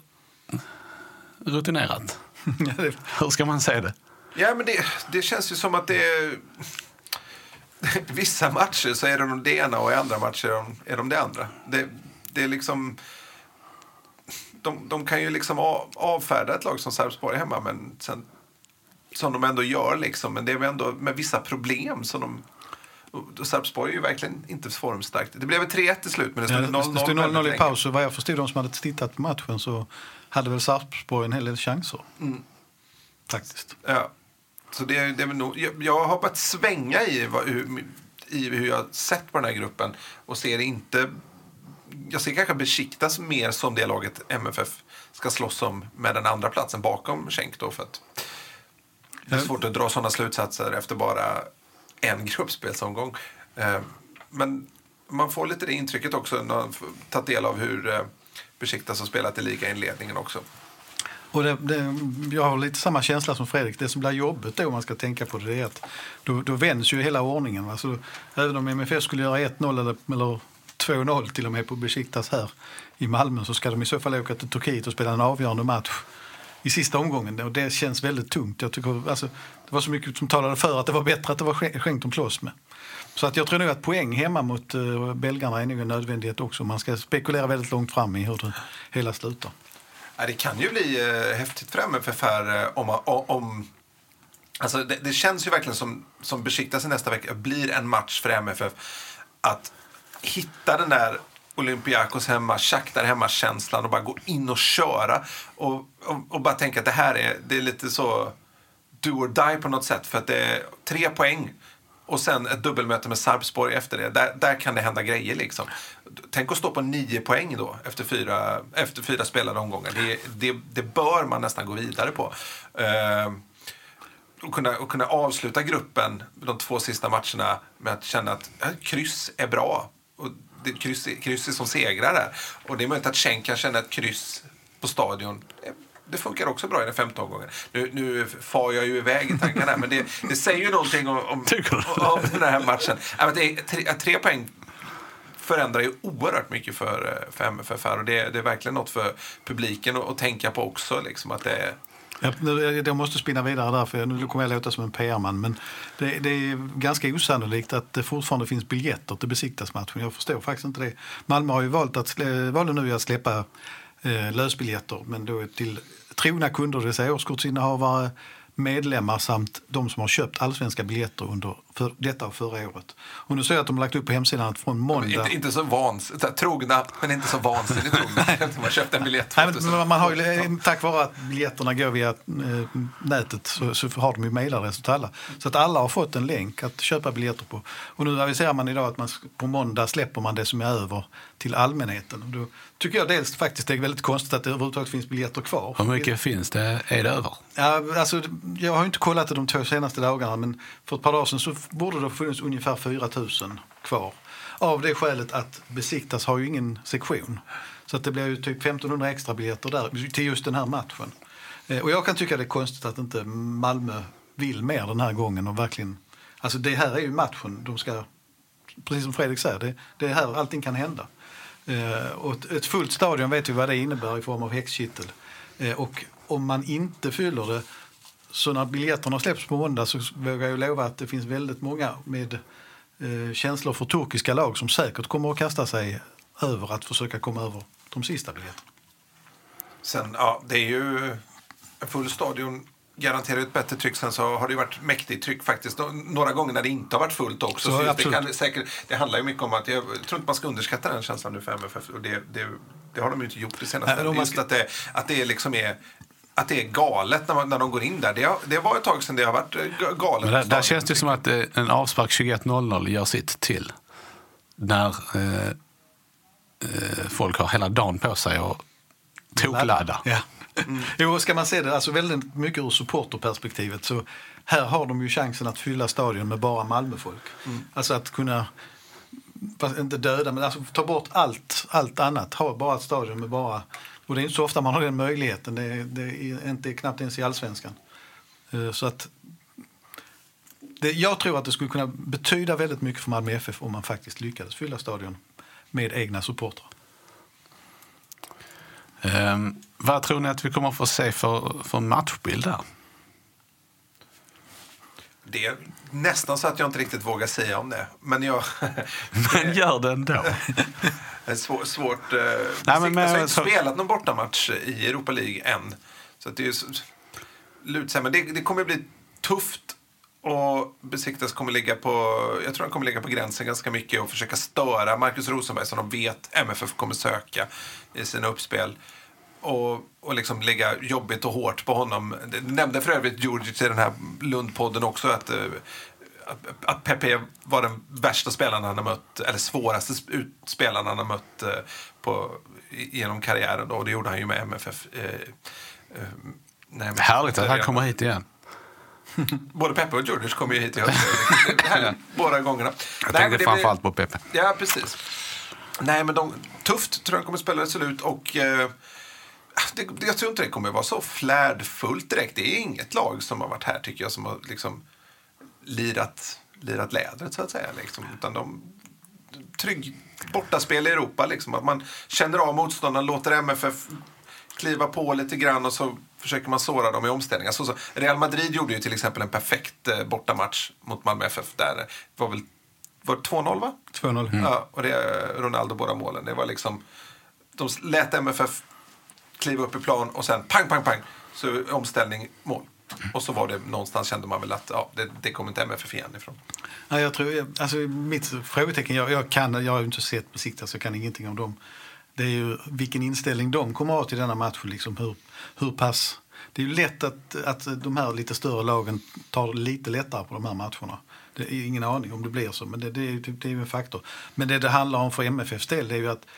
rutinerat? Hur ska man säga det? Ja, men det, det känns ju som att det är... Vissa matcher så är de det ena och i andra matcher är de, är de det andra. Det, det är liksom... De, de kan ju liksom av, avfärda ett lag som Sarpsborg hemma, men sen, som de ändå gör liksom. Men det är ändå med vissa problem som de... Och Sarpsborg är ju verkligen inte formstarkt. Det blev tre ett till slut, men det stod noll noll. Det stod noll noll i paus, och vad jag förstod de som hade tittat på matchen så hade väl Sarpsborg en hel del chanser. Mm. Faktiskt. Ja. Så det, det är nog, jag, jag har börjat svänga i, vad, hur, i hur jag sett på den här gruppen och ser inte... Jag ser kanske Besiktas mer som det laget M F F ska slåss om med den andra platsen bakom Schenk då, för att det är svårt att dra sådana slutsatser efter bara en gruppspelsomgång. Men man får lite det intrycket också när man tar del av hur Besiktas har spelat i ligainledningen också. Och det, det, jag har lite samma känsla som Fredrik. Det som blir jobbet då, om man ska tänka på det, det är att då, då vänds ju hela ordningen. Va? Så även om M F F skulle göra ett noll eller, eller två noll till och med på Besiktas här i Malmö, så ska de i så fall åka till Turkiet och spela en avgörande match i sista omgången. Och det känns väldigt tungt. Jag tycker, alltså, det var så mycket som talade för att det var bättre att det var Schenk de slåss med. Så att jag tror nog att poäng hemma mot uh, belgarna är nog en nödvändighet också. Man ska spekulera väldigt långt fram i hur det hela slutar. Ja, det kan ju bli uh, häftigt för M F F här uh, om... om alltså det, det känns ju verkligen som, som Besiktas i nästa vecka blir en match för M F F att hitta den där Olympiakos hemma, Shakhtar hemma-känslan och bara gå in och köra och, och, och bara tänka att det här är, det är lite så do or die på något sätt, för att det är tre poäng och sen ett dubbelmöte med Sarpsborg efter det. Där, där kan det hända grejer liksom. Tänk att stå på nio poäng då efter fyra, efter fyra spelade omgångar. Det, det, det bör man nästan gå vidare på. Uh, och, kunna, och kunna avsluta gruppen de två sista matcherna med att känna att ja, kryss är bra. Och det kryss, kryss är som segrar där. Och det är möjligt att Schenk kan känna ett kryss på stadion. Det funkar också bra i den femte omgången. Nu, nu far jag ju iväg i tankarna, men det, det säger ju någonting om, om, om den här matchen. Ja, det är, tre, tre poäng förändrar ju oerhört mycket för, för M F F här. Och det, det är verkligen något för publiken att, att tänka på också. Liksom, att det är... Jag måste spinna vidare där, för nu kommer jag låta som en P R-man, men det, det är ganska osannolikt att det fortfarande finns biljetter till Besiktas-matchen. Jag förstår faktiskt inte det. Malmö har ju valt att, valde nu att släppa eh, lösbiljetter, men då till trogna kunder, det vill säga årskortsinnehavare, medlemmar samt de som har köpt allsvenska biljetter under för detta och förra året. Och nu ser jag att de har lagt upp på hemsidan att från måndag... Inte, inte så vansinnigt, trogna, men inte så vansinnigt trogna. Man har köpt en biljett. Nej, men man har ju, tack vare att biljetterna går via eh, nätet så, så har de ju mejladress åt alla. Så att alla har fått en länk att köpa biljetter på. Och nu aviserar man idag att man på måndag släpper man det som är över till allmänheten. Och då tycker jag dels faktiskt det är väldigt konstigt att det överhuvudtaget finns biljetter kvar. Hur mycket finns det? Är det över? Ja, alltså, jag har inte kollat det de två senaste dagarna, men för ett par dagar sedan så borde det funnits ungefär fyra tusen kvar. Av det skälet att Besiktas har ju ingen sektion. Så att det blir ju typ femtonhundra extra biljetter där till just den här matchen. Eh, och jag kan tycka det är konstigt att inte Malmö vill mer den här gången och verkligen... Alltså det här är ju matchen. De ska, precis som Fredrik säger, det, det är här allting kan hända. Eh, och ett, ett fullt stadion vet vi vad det innebär i form av häxkittel. Eh, och om man inte fyller det, så när biljetterna släpps på måndag så vågar jag lova att det finns väldigt många med eh, känslor för turkiska lag som säkert kommer att kasta sig över att försöka komma över de sista biljetterna. Sen, ja, det är ju en full stadion garanterar ett bättre tryck. Sen så har det ju varit mäktigt tryck faktiskt några gånger när det inte har varit fullt också. Så, så det, kan, säkert, det handlar ju mycket om att jag tror inte man ska underskatta den känslan nu för M F F och det, det, det har de ju inte gjort det senaste. Nej, just ska... att, det, att det liksom är att det är galet när, man, när de går in där. Det, det var ett tag sedan det har varit galet. Där, där känns det som att eh, en avspark tjugoett noll noll gör sitt till. När eh, eh, folk har hela dagen på sig och tokladda. Ja. Mm. Jo, ska man se det alltså väldigt mycket ur supporterperspektivet så här har de ju chansen att fylla stadion med bara Malmöfolk. Mm. Alltså att kunna inte döda, men alltså ta bort allt, allt annat. Ha bara ett stadion med bara... Och det är inte så ofta man har den möjligheten. Det är, det är inte knappt ens i Allsvenskan. Så att det, jag tror att det skulle kunna betyda väldigt mycket för Malmö F F om man faktiskt lyckades fylla stadion med egna supportrar. Um, vad tror ni att vi kommer att få se för, för matchbild där? Det är nästan så att jag inte riktigt vågar säga om det. Men jag... men gör det ändå. Det är svår, svårt... Eh, Nej, men, men, jag har inte så... spelat någon bortamatch i Europa League än. Så att det är ju... Men det, det kommer bli tufft. Och Besiktas kommer ligga på... Jag tror han kommer ligga på gränsen ganska mycket och försöka störa Marcus Rosenberg som de vet M F F kommer söka i sina uppspel. Och, och liksom lägga jobbigt och hårt på honom. Det nämnde för övrigt Djurdjic i den här Lundpodden också att, att, att Pepe var den värsta spelaren han har mött, eller svåraste spelaren han har mött på, genom karriären. Och det gjorde han ju med M F F. Eh, eh, nej, härligt att han kommer hit igen. Både Pepe och Djurdjic kommer ju hit i höst. Båda gångerna. Jag nej, tänkte framförallt på Pepe. Ja, precis. Nej, men de, tufft tror jag kommer spela resolut och... Eh, Det, jag tror inte det kommer vara så flärdfullt direkt. Det är inget lag som har varit här tycker jag som har liksom lirat, lirat lädret så att säga. Liksom. Utan de trygg bortaspel i Europa. Liksom. Att man känner av motståndaren, låter M F F kliva på lite grann och så försöker man såra dem i omställningar. Så, så, Real Madrid gjorde ju till exempel en perfekt eh, bortamatch mot Malmö F F där. Det var väl var det två noll va? två noll. Mm. Ja, och det är Ronaldo båda målen. Det var liksom de lät M F F kliva upp i plan och sen pang, pang, pang så omställning, mål. Och så var det någonstans kände man väl att ja, det, det kommer inte M F F igen ifrån. Ja, jag tror, alltså mitt frågetecken, jag, jag kan, jag har ju inte sett Besiktas så jag kan ingenting om dem. Det är ju vilken inställning de kommer att ha till denna match, liksom hur, hur pass, det är ju lätt att, att de här lite större lagen tar lite lättare på de här matcherna. Det är ingen aning om det blir så, men det, det, är, det är ju en faktor. Men det det handlar om för M F F:s del, det är ju att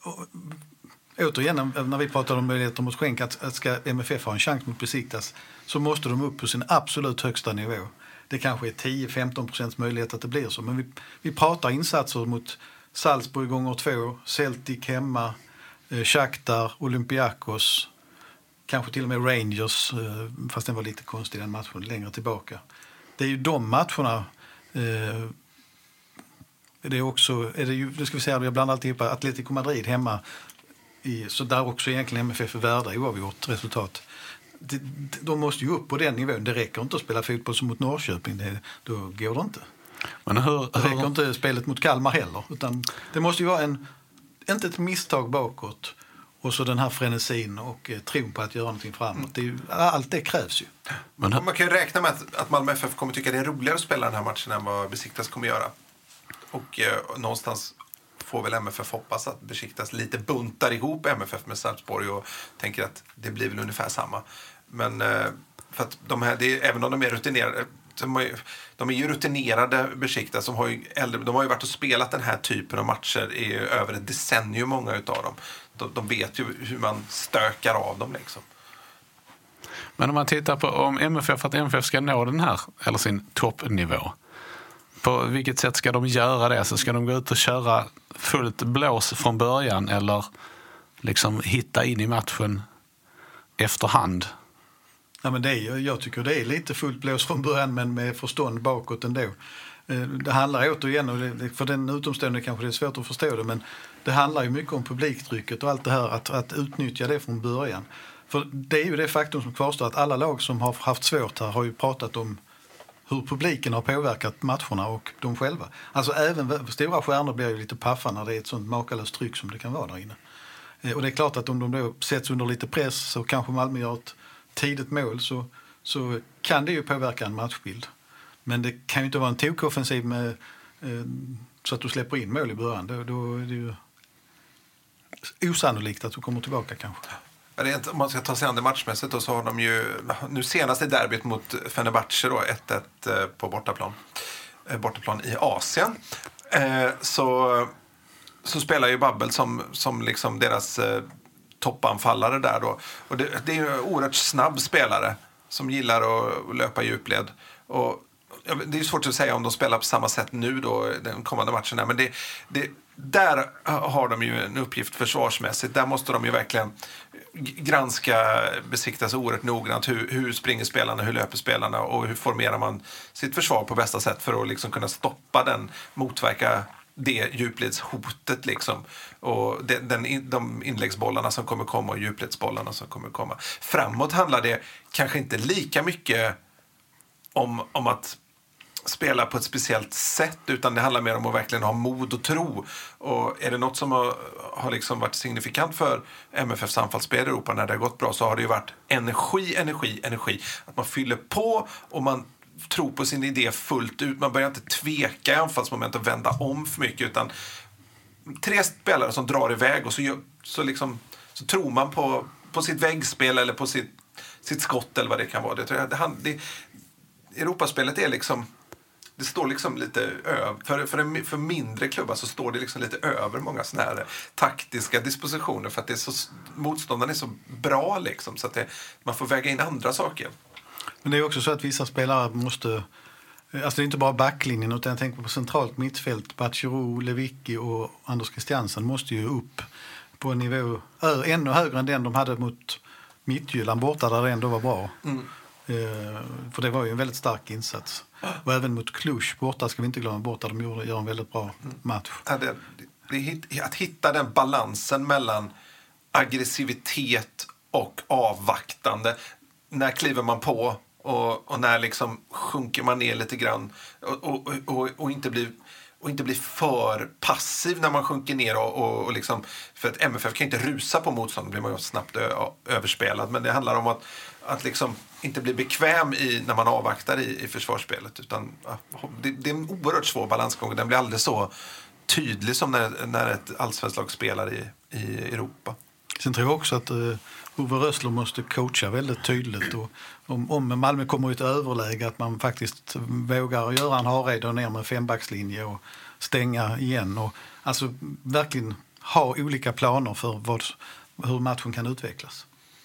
återigen, när vi pratar om möjligheter mot skänk, att, att ska M F F ha en chans mot Besiktas så måste de upp på sin absolut högsta nivå. Det kanske är tio till femton procents möjlighet att det blir så. Men vi, vi pratar insatser mot Salzburg gånger två, Celtic hemma, eh, Shakhtar, Olympiakos, kanske till och med Rangers, eh, fast den var lite konstig den matchen längre tillbaka. Det är ju de matcherna... Eh, det är också, är det ju, det ska vi säga, jag blandar alltid på Atletico Madrid hemma, i, så där också egentligen M F F är värda oavgjort resultat. De, de måste ju upp på den nivån. Det räcker inte att spela fotboll som mot Norrköping. Det, då går det inte. Men hur, det räcker hur... inte spelet mot Kalmar heller. Utan det måste ju vara en, inte ett misstag bakåt Och så den här frenesin och eh, tron på att göra någonting framåt. Det är ju, allt det krävs ju. Men man kan ju räkna med att, att Malmö F F kommer tycka det är roligare att spela den här matchen än vad Besiktas kommer göra. Och eh, någonstans får väl M F F hoppas att Besiktas lite buntar ihop M F F med Sarpsborg och tänker att det blir väl ungefär samma. Men eh, för att de här, det är, även om de är rutinerade, de är, de är ju rutinerade Besiktas, som har ju äldre, de har ju varit och spelat den här typen av matcher i över ett decennium, många utav dem. De, de vet ju hur man stökar av dem liksom. Men om man tittar på om M F F, att M F F ska nå den här, eller sin toppnivå, på vilket sätt ska de göra det? Så ska de gå ut och köra fullt blås från början eller liksom hitta in i matchen efterhand? Ja, men det är, jag tycker det är lite fullt blås från början, men med förstånd bakåt ändå. Det handlar återigen, och för den utomstående kanske det är svårt att förstå det, men det handlar ju mycket om publiktrycket och allt det här, att, att utnyttja det från början. För det är ju det faktum som kvarstår, att alla lag som har haft svårt här har ju pratat om hur publiken har påverkat matcherna och de själva. Alltså även stora stjärnor blir ju lite paffa när det är ett sånt makalöst tryck som det kan vara där inne. Och det är klart att om de då sätts under lite press så kanske Malmö gör ett tidigt mål, så, så kan det ju påverka en matchbild. Men det kan ju inte vara en tokoffensiv med, eh, så att du släpper in mål i början. Då, då är det ju osannolikt att du kommer tillbaka kanske. Ja, det är inte, om man ska ta sig an det matchmässigt då, så har de ju nu senast i derbyt mot Fenerbahce då, ett ett på bortaplan, bortaplan i Asien. Eh, så, så spelar ju Babbel som, som liksom deras eh, toppanfallare där då. Och det, det är ju en oerhört snabb spelare som gillar att löpa djupled. Och det är svårt att säga om de spelar på samma sätt nu då, den kommande matchen här. Men det, det, där har de ju en uppgift försvarsmässigt. Där måste de ju verkligen granska, besiktas oerhört noggrant. Hur, hur springer spelarna, hur löper spelarna och hur formerar man sitt försvar på bästa sätt för att liksom kunna stoppa den, motverka det djupledshotet liksom. Och den, den, de inläggsbollarna som kommer komma och djupledsbollarna som kommer komma. Framåt handlar det kanske inte lika mycket om, om att spela på ett speciellt sätt, utan det handlar mer om att verkligen ha mod och tro. Och är det något som har, har liksom varit signifikant för M F F:s anfallsspel i Europa när det har gått bra, så har det ju varit energi, energi, energi. Att man fyller på och man tror på sin idé fullt ut. Man börjar inte tveka i anfallsmoment och vända om för mycket, utan tre spelare som drar iväg och så, gör, så, liksom, så tror man på, på sitt väggspel eller på sitt, sitt skott eller vad det kan vara. Det, det, det, Europaspelet är liksom, det står liksom lite över, för, för, en, för mindre klubbar så står det liksom lite över många såna här taktiska dispositioner, för att det är så, motståndaren är så bra liksom, så att det, man får väga in andra saker. Men det är också så att vissa spelare måste, alltså det är inte bara backlinjen, utan jag tänker på centralt mittfält. Bachirou, Lewicki och Anders Christiansen måste ju upp på en nivå ö, ännu högre än den de hade mot Midtjylland borta, där det ändå var bra. Mm. Eh, för det var ju en väldigt stark insats. Och även mot Cluj borta ska vi inte glömma bort, att de gjorde, gör en väldigt bra match. Ja, det, det, det, att hitta den balansen mellan aggressivitet och avvaktande. När kliver man på och, och när liksom sjunker man ner lite grann och, och, och, och, inte blir, och inte blir för passiv när man sjunker ner. Och, och, och liksom, för att M F F kan inte rusa på motstånd, då blir man ju snabbt ö, överspelad. Men det handlar om att, att liksom inte bli bekväm i, när man avvaktar i, i försvarsspelet. Utan, det, det är en oerhört svår balansgång. Den blir aldrig så tydlig som när, när ett allsvenskt lag spelar i, i Europa. Sen tror jag också att uh, Ove Rössler måste coacha väldigt tydligt. Och om, om Malmö kommer i ett överläge, att man faktiskt vågar göra en Hareide ner med fembackslinje och stänga igen. Och alltså verkligen ha olika planer för vad, hur matchen kan utvecklas.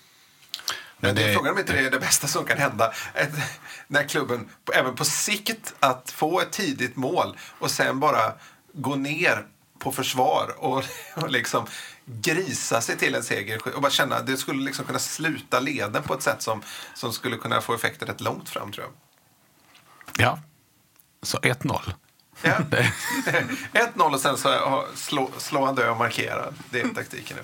Men det är frågan om inte det är det bästa som kan hända. Ett, när klubben, även på sikt, att få ett tidigt mål och sen bara gå ner på försvar och, och liksom grisa sig till en seger och bara känna att det skulle liksom kunna sluta leden på ett sätt som, som skulle kunna få effekter rätt långt fram, tror jag. Ja, så ett noll. Ja. ett noll och sen så slå, slå han dö och markera. Det är taktiken.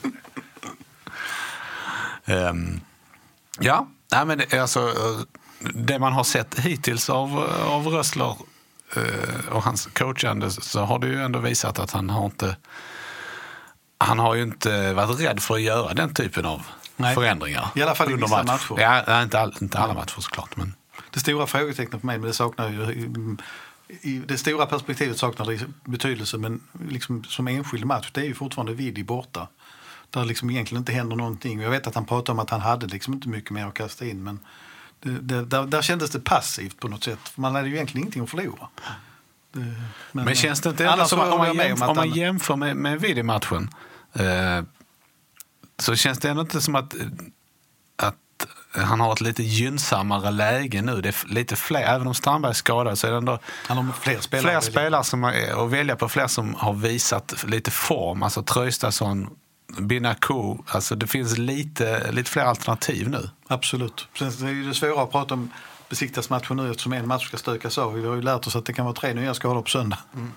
um, ja, nej, men det, alltså, det man har sett hittills av, av Rössler uh, och hans coachande, så har det ju ändå visat att han har inte han har ju inte varit rädd för att göra den typen av Nej. förändringar. I alla fall i vissa matcher. Ja, inte, all, inte alla matcher såklart. Men... Det stora frågetecknet för mig, men det saknar ju... I, i det stora perspektivet saknar det betydelse, men liksom som enskild match, det är ju fortfarande Vidi borta. Där liksom egentligen inte händer någonting. Jag vet att han pratade om att han hade liksom inte mycket mer att kasta in, men det, det, där, där kändes det passivt på något sätt. Man hade ju egentligen ingenting att förlora. Det, men, men känns det inte ändå som om man, jämf- om man jämför med, med Vidi-matchen eh, så känns det ändå inte som att, att han har ett lite gynnsammare läge nu. Det är lite fler, även om Strandberg är skadad så är det ändå han har fler spelare, fler spelare som är, och välja på fler som har visat lite form. Alltså Traustason, Binaku, alltså det finns lite, lite fler alternativ nu. Absolut. Sen är det ju det svåra att prata om besiktasmatchen nu eftersom en match ska stökas av. Vi har ju lärt oss att det kan vara tre nya skador på söndag. Mm.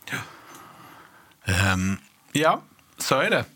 Ja. Um, ja, så är det.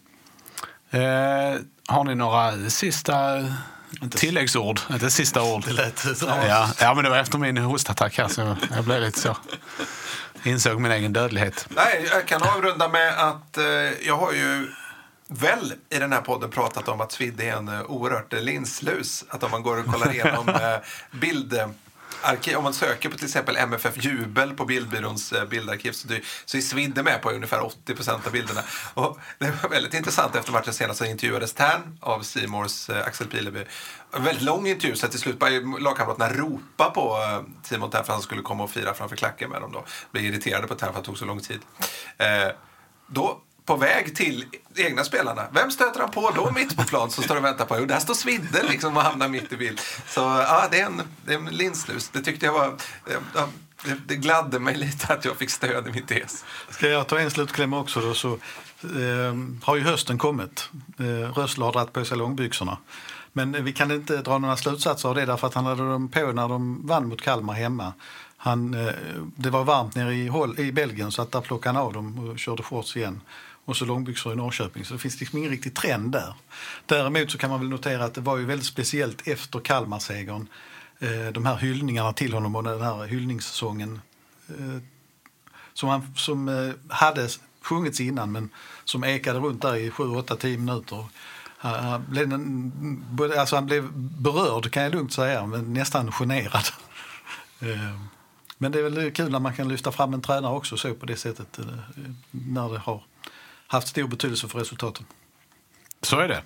Uh, har ni några sista inte tilläggsord? Inte sista ord. Det lät så. Ja, ja, men det var efter min hostattack här så jag blev lite så. Insåg min egen dödlighet. Nej, jag kan avrunda med att eh, jag har ju väl i den här podden pratat om att Svid är en uh, oerhört uh, linslus. Att om man går och kollar igenom uh, bildarkiv, om man söker på till exempel M F F Jubel på Bildbyråns uh, bildarkiv så, du, så är Svid med på ungefär åttio procent av bilderna. Och det var väldigt intressant efter matchen senast så intervjuades Tern av C Mores uh, Axel Pileby. En väldigt lång intervju så till slut började lagkamraterna ropa på uh, Simon Tern för att han skulle komma och fira framför klacken med dem då. Blev irriterade på Tern för att det tog så lång tid. Uh, då på väg till egna spelarna. Vem stöter han på då mitt på plan som står och väntar på? Jo, där står Svidde liksom och hamnar mitt i bild. Så ja, det är en, det är en linslus. Det tyckte jag var... Ja, det, det gladde mig lite att jag fick stöd i min tes. Ska jag ta en slutklämma också då så eh, har ju hösten kommit. Eh, Rössler har dratt på sig långbyxorna. Men vi kan inte dra några slutsatser av det därför att han hade dem på när de vann mot Kalmar hemma. Han, eh, det var varmt nere i, Hol- i Belgien så att där plockade han av dem och körde shorts igen. Och så långbyxor i Norrköping. Så det finns liksom ingen riktig trend där. Däremot så kan man väl notera att det var ju väldigt speciellt efter Kalmar-segern. Eh, de här hyllningarna till honom och den här hyllningssången eh, som, han, som eh, hade sjungits innan men som ekade runt där i sju, åtta, tio minuter. Han blev, alltså han blev berörd kan jag lugnt säga, men nästan generad. eh, men det är väl kul när man kan lyfta fram en tränare också så på det sättet eh, när det har haft stor betydelse för resultaten. Så är det.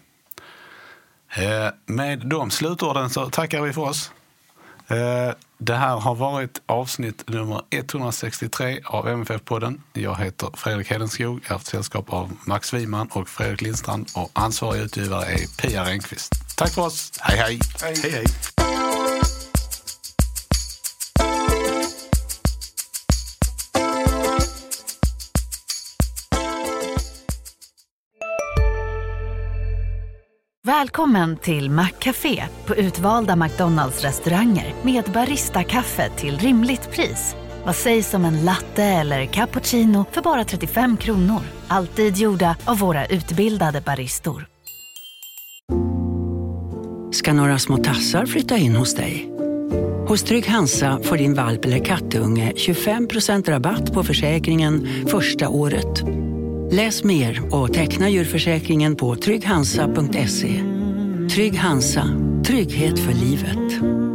Eh, med de slutorden så tackar vi för oss. Eh, det här har varit avsnitt nummer etthundrasextiotre av M F F-podden. Jag heter Fredrik Hedenskog, jag har haft sällskap av Max Wiman och Fredrik Lindstrand och ansvarig utgivare är Pia Rehnqvist. Tack för oss. Hej hej. Hej hej. hej. Välkommen till Maccafé på utvalda McDonalds restauranger med Barista-kaffe till rimligt pris. Vad sägs om en latte eller cappuccino för bara trettiofem kronor? Alltid gjorda av våra utbildade baristor. Ska några små tassar flytta in hos dig? Hos Trygg Hansa får din valp eller kattunge tjugofem procent rabatt på försäkringen första året. Läs mer och teckna djurförsäkringen på trygg hansa punkt se. Trygg Hansa, trygghet för livet.